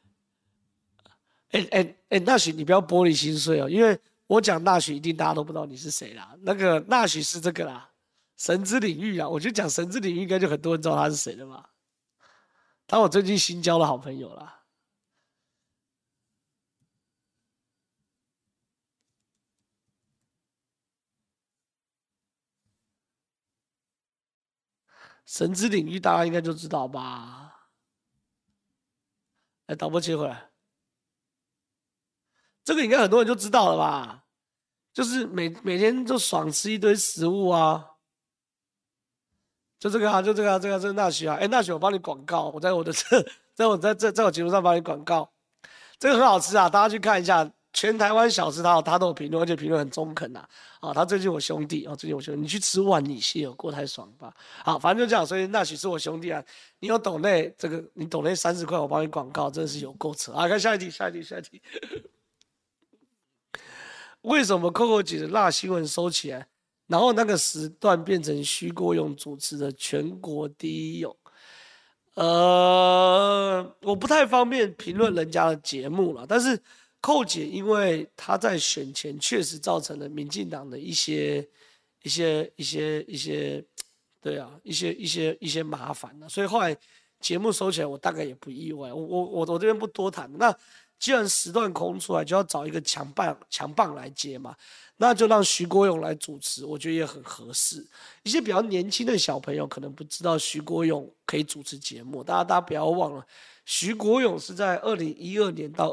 纳许，你不要玻璃心碎哦，因为我讲纳许，一定大家都不知道你是谁啦。那个纳许是这个啦，神之领域啊，我就讲神之领域，应该就很多人知道他是谁了吧？他我最近新交的好朋友啦。神之领域大家应该就知道吧？来，导播切回来，这个应该很多人就知道了吧？就是每天就爽吃一堆食物啊，就这个啊，就这个啊，这个纳许啊，哎，纳许我帮你广告，我在我的在我节目上帮你广告，这个很好吃啊，大家去看一下， 全台湾小吃他都有评论，而且评论很中肯呐。他最近我兄弟最近我兄弟，你去吃万里蟹，有过太爽吧？好，反正就这样。所以那许是我兄弟啊，你有抖内这个，你抖内30块，我帮你广告，真的是有够扯啊！看下一题。为什么 Coco 姐的辣新闻收起来，然后那个时段变成徐国勇主持的全国第一勇？我不太方便评论人家的节目了，但是寇姐因为她在选前确实造成了民进党的一些，对啊，一些麻烦了，所以后来节目收起来，我大概也不意外。我这边不多谈。那既然时段空出来，就要找一个强棒来接嘛。那就让徐国勇来主持，我觉得也很合适。一些比较年轻的小朋友可能不知道徐国勇可以主持节目，大家不要忘了，徐国勇是在2012年到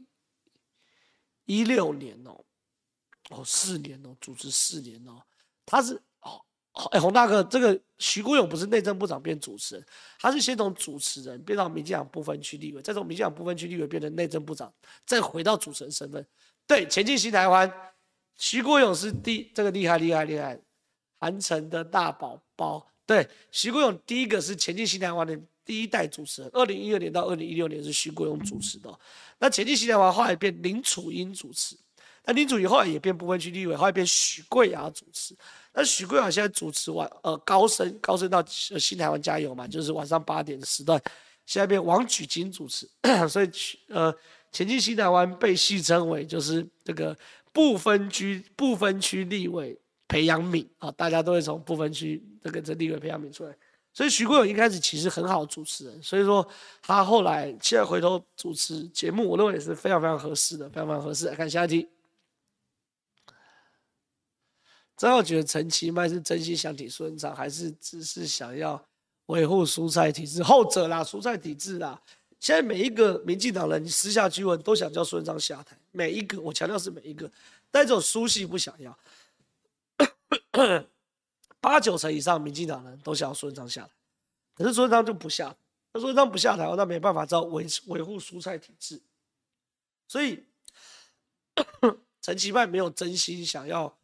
2016年4年主持4年他是洪大哥，这个徐国勇不是内政部长变主持人，他是先从主持人变到民进党不分区立委，再从民进党不分区立委变成内政部长，再回到主持人身份。对，前进新台湾。徐国勇是这个厉害，韩城的大宝宝。对，徐国勇第一个是前进新台湾的第一代主持人，2012年到2016年是徐国勇主持的。那前进新台湾后来变林楚英主持，那林楚英后来也变不分区立委，后来变许贵雅主持。那许贵雅现在主持高升到新台湾加油嘛，就是晚上8点的时段，现在变王举金主持。所以前进新台湾被戏称为就是这个不分区立委培养皿大家都会从不分区这立委培养皿出来。所以徐国勇一开始其实很好的主持人，所以说他后来现在回头主持节目，我认为也是非常非常合适的，非常非常合适。来看下一题。真浩觉得陈其迈是真心想挺苏贞昌，还是只是想要维护蔬菜体制？后者啦，蔬菜体制啦。现在每一个民进党人，你私下去问，都想叫苏贞昌下台，每一个，我强调是每一个，但这种苏系不想要，8、9成以上民进党人都想要苏贞昌下台，可是苏贞昌就不下台，那苏贞昌不下台，那没办法，只好维护蔬菜体制，所以陈其迈没有真心想要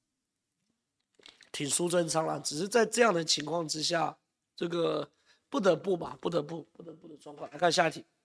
挺苏贞昌啦，只是在这样的情况之下，这个。不得不的状况。来看下一题。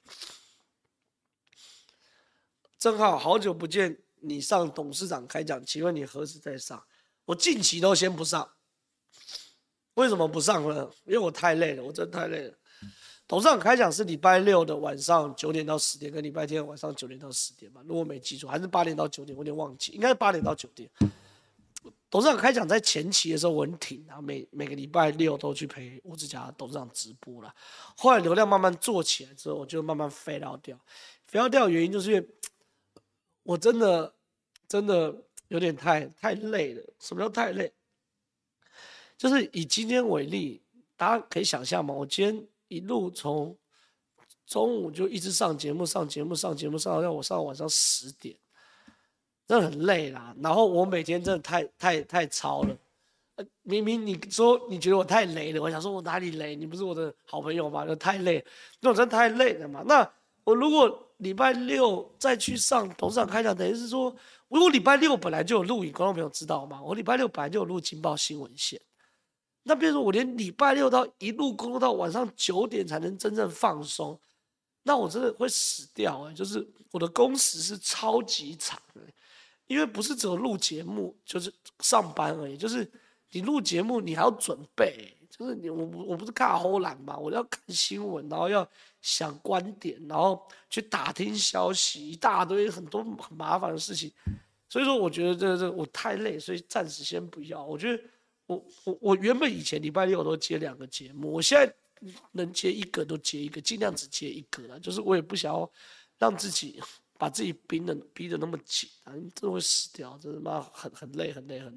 正好好久不见你上董事长开讲，请问你何时再上？我近期都先不上。为什么不上呢？因为我太累了，我真的太累了。董事长开讲是礼拜6的晚上9点到10点，跟礼拜天晚上9点到10点吧，如果没记错，还是8点到9点，我有点忘记，应该是8点到9点。董事长开讲在前期的时候我很挺啊，每个礼拜6都去陪吴志佳董事长直播了。后来流量慢慢做起来之后，我就慢慢飞掉。飞掉的原因就是因为我真的有点太累了。什么叫太累？就是以今天为例，大家可以想象嘛，我今天一路从中午就一直上节目，上到我上到晚上10点。真的很累啦，然后我每天真的太操了，明明你说你觉得我太累了，我想说我哪里累？你不是我的好朋友吗？就太累，那我真的太累了嘛。那我如果礼拜6再去上董事长开讲，等于是说，如果礼拜6本来就有录影，观众朋友知道吗？我礼拜6本来就有录警报新闻线，那比如说我连礼拜6到一路工作到晚上9点才能真正放松，那我真的会死掉就是我的工时是超级长的。因为不是只有录节目，就是上班而已。就是你录节目，你还要准备，就是我不是看后栏嘛，我要看新闻，然后要想观点，然后去打听消息，一大堆很多很麻烦的事情。所以说，我觉得这我太累，所以暂时先不要。我觉得我原本以前礼拜6都接2个节目，我现在能接1个都接1个，尽量只接1个啦。就是我也不想要让自己。把自己逼得那么紧真的会死掉，真的妈很累。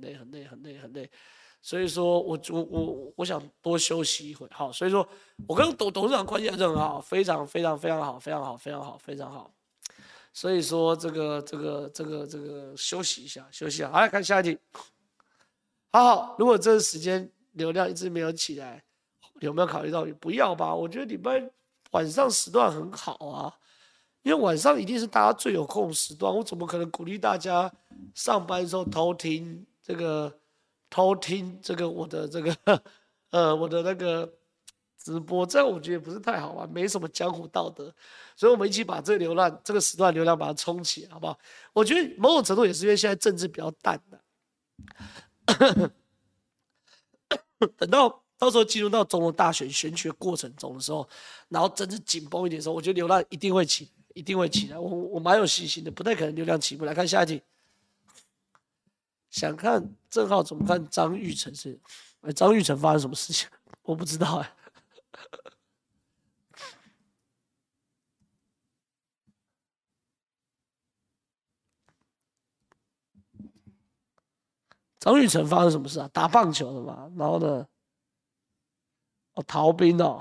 所以说我想多休息一会，好，所以说我跟董事长关系还是很好，非常好。所以说这个休息一下，好，来看下一题。好，如果这个时间流量一直没有起来，有没有考虑到不要吧？我觉得礼拜晚上时段很好啊。 因为晚上一定是大家最有空的时段，我怎么可能鼓励大家上班的时候偷听这个我的这个我的那个直播？这样我觉得不是太好吧，没什么江湖道德。所以我们一起把这个时段流量把它冲起来，好不好？我觉得某种程度也是因为现在政治比较淡的，等到时候进入到总统大选选举的过程中的时候，然后政治紧绷一点的时候，我觉得流量一定会起，一定会起来。我蛮有信心的，不太可能流量起不来。看下一题，想看郑浩怎么看张玉成是？张玉成发生什么事情？我不知道哎。张玉成发生什么事啊？打棒球的嘛，然后呢，哦，逃兵哦，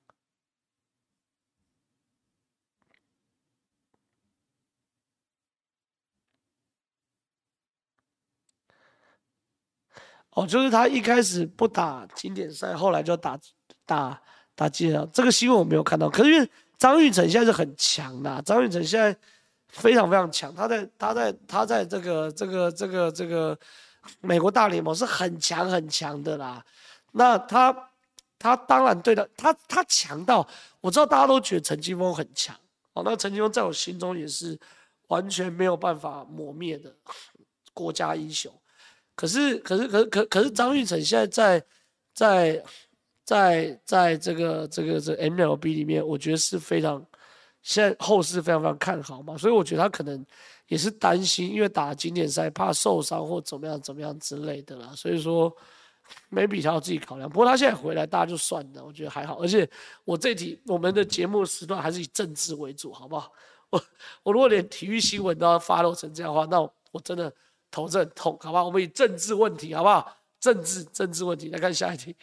哦，就是他一开始不打经典赛，后来就打经典赛。这个新闻我没有看到，可是因为张玉成现在是很强的，张玉成现在非常非常强，他在这个美国大联盟是很强很强的啦。那他当然对的，他强到我知道大家都觉得陈金峰很强，哦，那陈金峰在我心中也是完全没有办法磨灭的国家英雄。可是张玉成现在在在这个 MLB 里面，我觉得是非常现在后市非常非常看好嘛，所以我觉得他可能也是担心，因为打经典赛怕受伤或怎么样之类的啦，所以说 maybe 他要自己考量。不过他现在回来，大家就算了，我觉得还好。而且我们的节目时段还是以政治为主，好不好？我如果连体育新闻都要 follow 成这样的话，那我真的头子很痛，好不好？我们以政治问题，好不好？政治问题，来看下一题。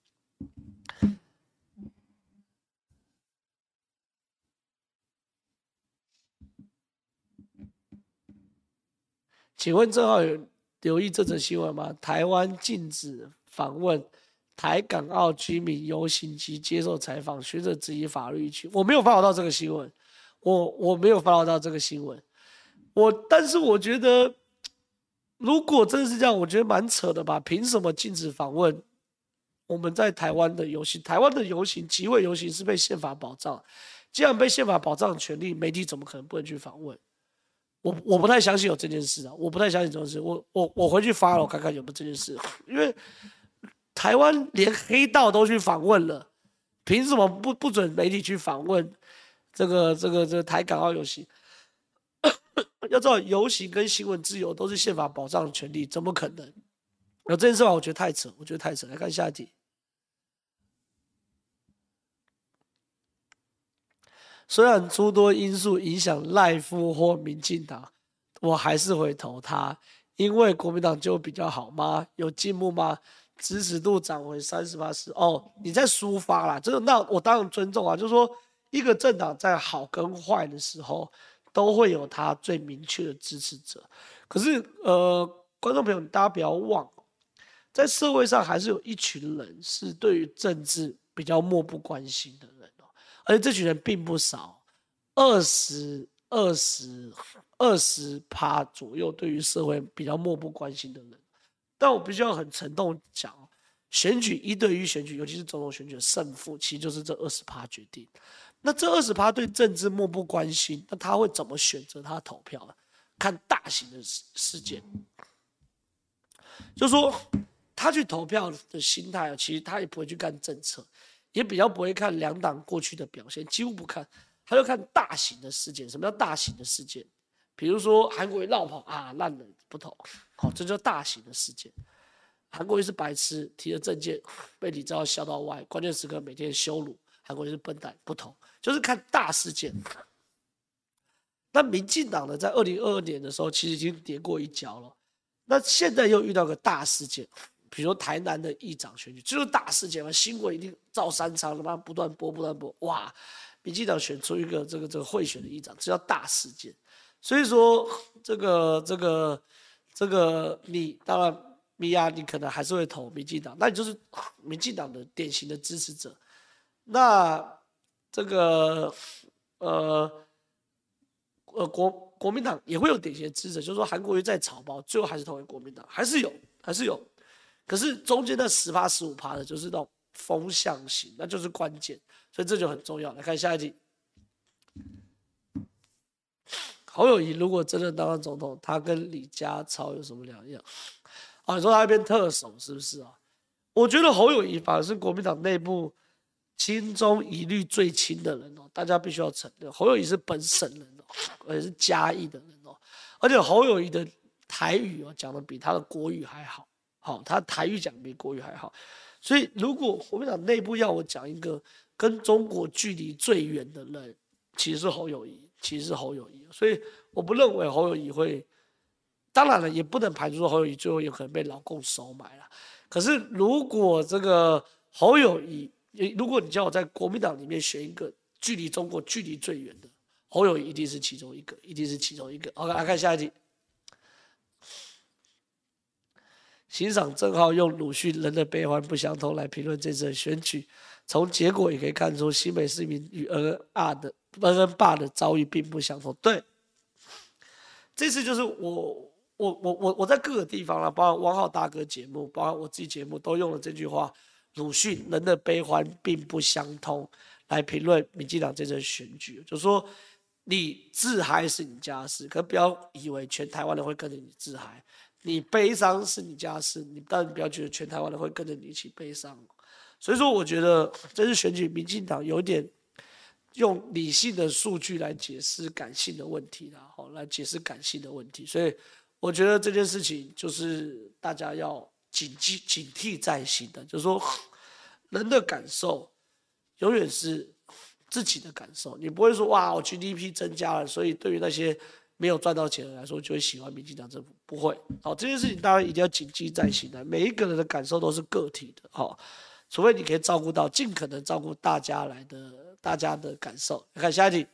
请问正好有留意这则新闻吗？台湾禁止访问台港澳居民游行及接受采访，学者质疑法律依据。我没有 follow 到这个新闻，我没有 follow 到这个新闻。但是我觉得，如果真的是这样，我觉得蛮扯的吧？凭什么禁止访问我们在台湾的游行？台湾的游行、集会游行是被宪法保障，既然被宪法保障的权利，媒体怎么可能不能去访问？我不太相信有这件事啊，我不太相信这件事。我回去发了，我看看有没有这件事。因为台湾连黑道都去访问了，凭什么不准媒体去访问这个台港澳游行？要知道，游行跟新闻自由都是宪法保障的权利，怎么可能？有这件事吧？我觉得太扯，我觉得太扯。来看下一题。虽然诸多因素影响赖夫或民进党，我还是会投他，因为国民党就比较好吗？有进步吗？支持度涨回38%。哦，你在抒发啦，这个那我当然尊重啊，就是说一个政党在好跟坏的时候，都会有他最明确的支持者。可是观众朋友，大家不要忘，在社会上还是有一群人是对于政治比较漠不关心的人哦，而且这群人并不少，20%左右对于社会比较漠不关心的人。但我必须要很沉痛讲哦，选举一对一选举，尤其是总统选举的胜负，其实就是这20%决定。那这20%对政治漠不关心，那他会怎么选择他投票呢？看大型的事件，就说他去投票的心态，其实他也不会去看政策，也比较不会看两党过去的表现，几乎不看，他就看大型的事件。什么叫大型的事件？比如说韩国瑜绕跑啊，烂人不投，好，这叫大型的事件。韩国瑜是白痴，提了证件被李兆笑到歪，关键时刻每天羞辱韩国瑜是笨蛋，不投，就是看大事件。那民进党呢，在2022年的时候，其实已经跌过一跤了。那现在又遇到个大事件，比如说台南的议长选举，就是大事件嘛，新闻一定照三餐，他妈不断播，哇，民进党选出一个这个贿选的议长，这叫大事件。所以说，你当然米娅，你可能还是会投民进党，那你就是民进党的典型的支持者。那这个国民党也会有典型的支持者，就是说韩国瑜在草包，最后还是投给国民党，还是有。可是中间那10%、15%的，就是那种风向型，那就是关键，所以这就很重要。来看下一题，侯友宜如果真的当上总统，他跟李家超有什么两样？啊，你说他会变特首是不是啊？我觉得侯友宜反而是国民党内部亲中疑虑最轻的人哦，大家必须要承认，侯友宜是本省人哦，而且是嘉义的人哦，而且侯友宜的台语哦讲的比他的国语还好，他台语讲比国语还好，所以如果国民党内部要我讲一个跟中国距离最远的人，其实是侯友宜，所以我不认为侯友宜会，当然了，也不能排除说侯友宜最后有可能被老共收买了。可是如果这个侯友宜，如果你叫我在国民党里面选一个距离中国距离最远的，侯友宜一定是其中一个，好，来看下一题。欣赏郑浩用鲁迅“人的悲欢不相通”来评论这次的选举，从结果也可以看出新北市民与恩恩爸的遭遇并不相同。对，这次就是我在各个地方啦，包括汪浩大哥节目，包括我自己节目，都用了这句话：鲁迅“人的悲欢并不相通”来评论民进党这次的选举，就是说你自嗨是你家的事，可不要以为全台湾人会跟着你自嗨。你悲伤是你家的事，但你不要觉得全台湾人会跟着你一起悲伤。所以说，我觉得这次选举，民进党有点用理性的数据来解释感性的问题啦，来解释感性的问题。所以我觉得这件事情就是大家要警惕在心的，就是说人的感受永远是自己的感受，你不会说哇，我 GDP 增加了，所以对于那些没有赚到钱的人来说，就会喜欢民进党政府，不会。这件事情当然一定要谨记在心的。每一个人的感受都是个体的，除非你可以照顾到，尽可能照顾大家的感受。看下一题，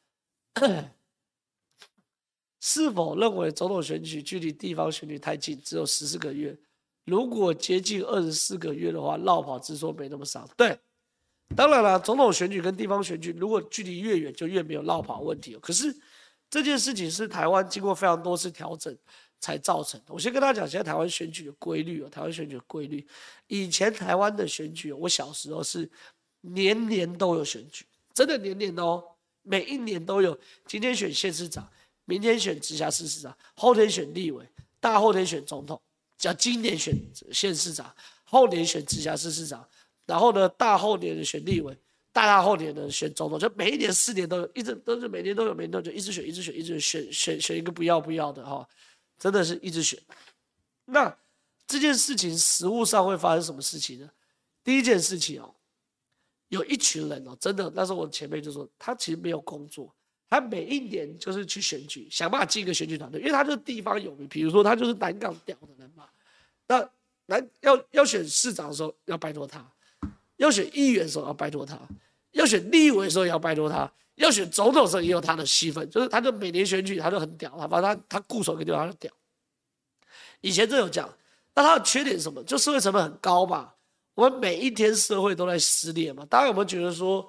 是否认为总统选举距离地方选举太近，只有14个月？如果接近24个月的话，落跑之说没那么少。对，当然了，总统选举跟地方选举，如果距离越远，就越没有落跑问题。可是这件事情是台湾经过非常多次调整才造成的。我先跟大家讲，现在台湾选举的规律，以前台湾的选举，我小时候是年年都有选举，真的年年哦，每一年都有。今天选县市长，明天选直辖市市长，后天选立委，大后天选总统。叫今年选县市长，后年选直辖市市长，然后呢，大后年选立委。大后年的选总统，就每一年4年都有，一直都是每年都有，就一直选一个不要的真的是一直选。那这件事情实务上会发生什么事情呢？第一件事情有一群人真的，那时候我前辈就说，他其实没有工作，他每一年就是去选举，想办法进一个选举团队，因为他就是地方有名，比如说他就是南港屌的人嘛，那要选市长的时候要拜托他，要选议员的时候要拜托他。要选立委的时候也要拜托他，要选总统的时候也有他的戏份，就是他就每年选举他就很屌，反正他固守一个地方他就屌。以前真有讲，那他的缺点是什么？就社会成本很高嘛，我们每一天社会都在撕裂嘛。大家有没有觉得说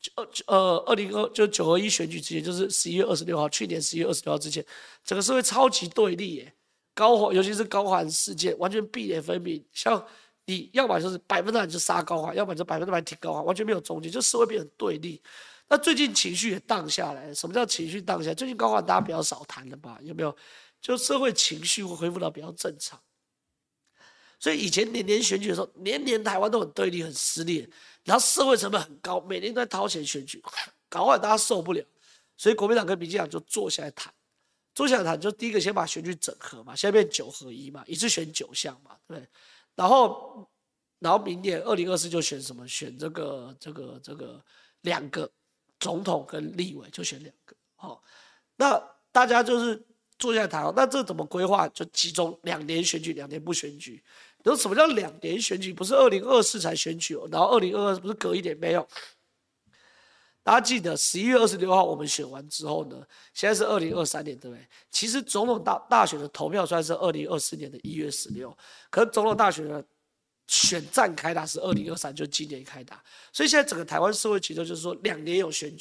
921选举之前，就是11月26号，去年11月26号之前，整个社会超级对立耶，尤其是高虹事件，完全壁垒分明，像。你要么就是100%就杀高虹，要么就100%挺高虹，完全没有中间，就社会变很对立。那最近情绪也荡下来，什么叫情绪荡下来？最近高虹大家比较少谈了吧？有没有？就社会情绪会恢复到比较正常。所以以前年年选举的时候，年年台湾都很对立、很撕裂，然后社会成本很高，每年都在掏钱选举，搞坏大家受不了。所以国民党跟民进党就坐下来谈，就第一个先把选举整合嘛，现在变9合1嘛，一次选9项嘛，对不对？然后明年2024就选什么？选这个2个总统跟立委就选2个。那大家就是坐下来谈，那这怎么规划？就集中2年选举，2年不选举。你说什么叫2年选举？不是2024才选举然后2022不是隔一年没有？大家记得11月26号我们选完之后呢，现在是2023年，对不对？其实总统大选的投票算是2024年的1月16，可是总统大选的选战开打是2023，就今年开打。所以现在整个台湾社会节奏就是说2年有选举，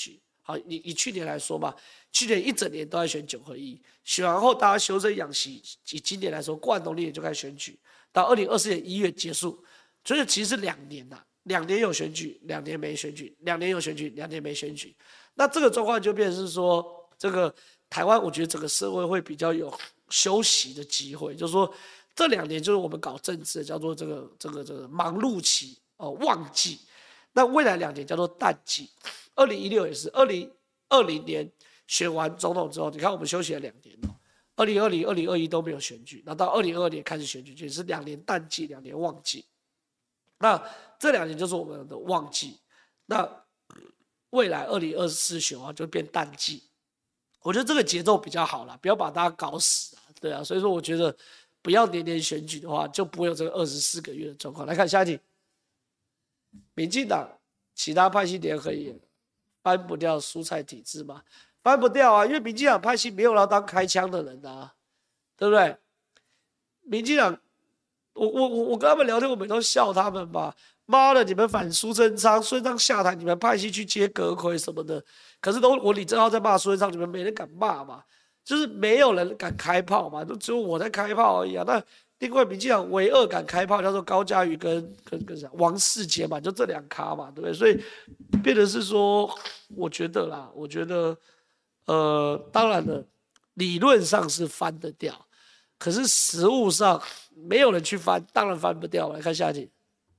好，以去年来说嘛，去年一整年都在选9合1，选完后大家修正养息，以今年来说，过完农历年就开始选举，到2024年1月结束，所以其实是2年呐，2年有选举，2年没选举，2年有选举，2年没选举，那这个状况就变成是说，这个台湾我觉得整个社会会比较有休息的机会，就是说这2年就是我们搞政治叫做这个忙碌期旺季，那未来2年叫做淡季。2016也是，2020年选完总统之后，你看我们休息了2年2020、2021都没有选举，那到2022年开始选举，就是2年淡季，2年旺季。那这2年就是我们的旺季，那未来2024选完就变淡季。我觉得这个节奏比较好啦，不要把大家搞死啊，对啊，所以说我觉得不要年年选举的话，就不会有这个24个月的状况。来看下一题，民进党其他派系联合也搬不掉蔬菜体制嘛？搬不掉啊，因为民进党派系没有要当开枪的人啊，对不对？民进党，我跟他们聊天，我每都笑他们吧。妈的，你们反苏贞昌，苏贞昌下台，你们派系去接阁揆什么的，可是都我李正浩在骂苏贞昌，你们没人敢骂嘛？就是没有人敢开炮嘛，就只有我在开炮而已啊。那另外民进党唯二敢开炮叫做高嘉瑜跟谁王世坚嘛，就这2咖嘛，对不对？所以变成是说，我觉得啦，我觉得当然了，理论上是翻得掉，可是实务上没有人去翻，当然翻不掉。来看下一题。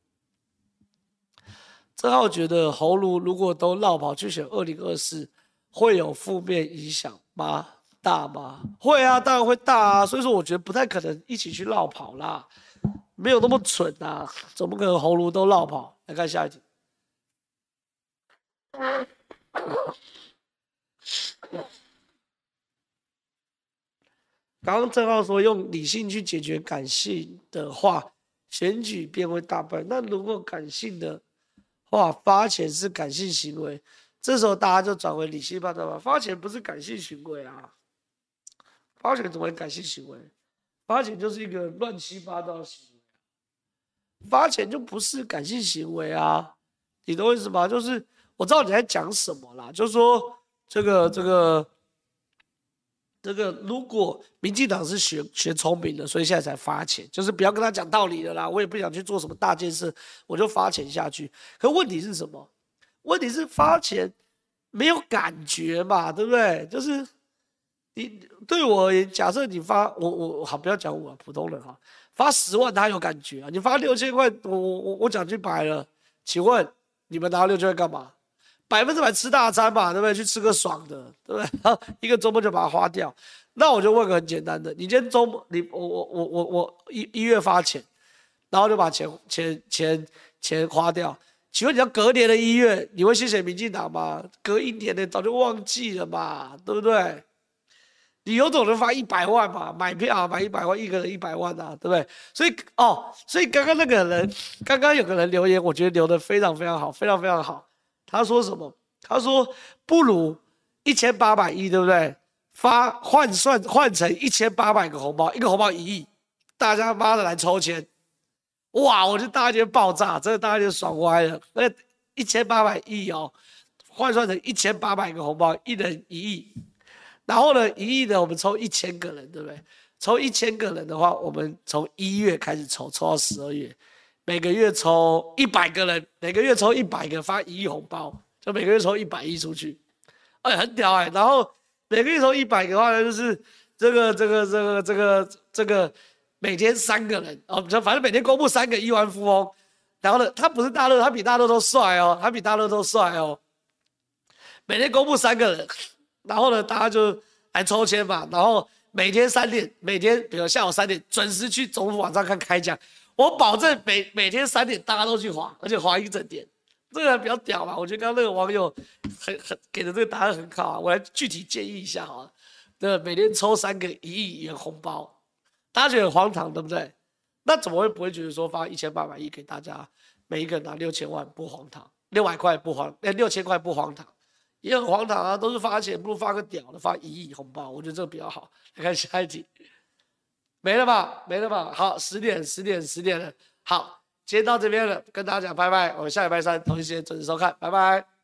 正浩觉得侯卢如果都绕跑去选2024，会有负面影响吗？大吗？会啊，当然会大啊。所以说，我觉得不太可能一起去绕跑啦，没有那么蠢啊，怎么可能侯卢都绕跑？来看下一题。刚刚正浩说用理性去解决感性的话，选举便会大败。那如果感性的话，发钱是感性行为，这时候大家就转为理性判断吧。发钱不是感性行为啊，发钱怎么会感性行为？发钱就是一个乱七八糟的行为，发钱就不是感性行为啊，你懂我意思吗？就是我知道你在讲什么啦，就是说这个，如果民进党是学聪明的，所以现在才发钱，就是不要跟他讲道理了啦。我也不想去做什么大件事，我就发钱下去。可问题是什么？问题是发钱没有感觉嘛，对不对？就是你对我而言，假设你发我好，不要讲我普通人哈，发10万他有感觉啊，你发6000块，我讲句白了，请问你们拿6000块干嘛？100%吃大餐嘛，对不对？去吃个爽的，对不对？然后一个周末就把它花掉。那我就问个很简单的，你今天周末我一月发钱，然后就把钱花掉。请问你要隔年的1月，你会谢谢民进党吗？隔1年的早就忘记了嘛，对不对？你有种人发100万嘛，买票啊，买100万，一个人100万啊，对不对？所以刚刚那个人，刚刚有个人留言，我觉得留得非常非常好，非常非常好。他说什么？他说不如1810，对不对？换成1800个红包，一个红包1亿，大家妈的来抽签，哇！我觉得大家就爆炸，真的大家就爽歪了。那1800亿哦，换算成1800个红包，一人1亿，然后呢，1亿呢，我们抽1000个人，对不对？抽1000个人的话，我们从1月开始抽到12月。每个月抽100个人，每个月抽100个，发1亿红包，就每个月抽100亿出去，哎，很屌哎。然后每个月抽100个的话呢，就是这个每天3个人哦，反正每天公布3个亿万富翁。然后呢，他不是大乐，他比大乐都帅哦，他比大乐都帅哦。每天公布3个人，然后呢，大家就来抽签嘛。然后每天3点，每天比如下午3点准时去总府网站看开奖。我保证每天3点大家都去滑，而且滑一整天，这个人比较屌嘛。我觉得刚刚那个网友很给的这个答案很好啊，我来具体建议一下啊。对，每天抽3个1亿元红包，大家觉得很荒唐，对不对？那怎么会不会觉得说发1800亿给大家，每一个人拿6000万不荒唐，600块不荒，6000块不荒唐，也很荒唐啊，都是发钱，不如发个屌的，发1亿红包，我觉得这个比较好。来看下一题。没了吧，没了吧。好，10点了。好，今天到这边了，跟大家讲拜拜。我们下礼拜3同一时间准时收看，拜拜。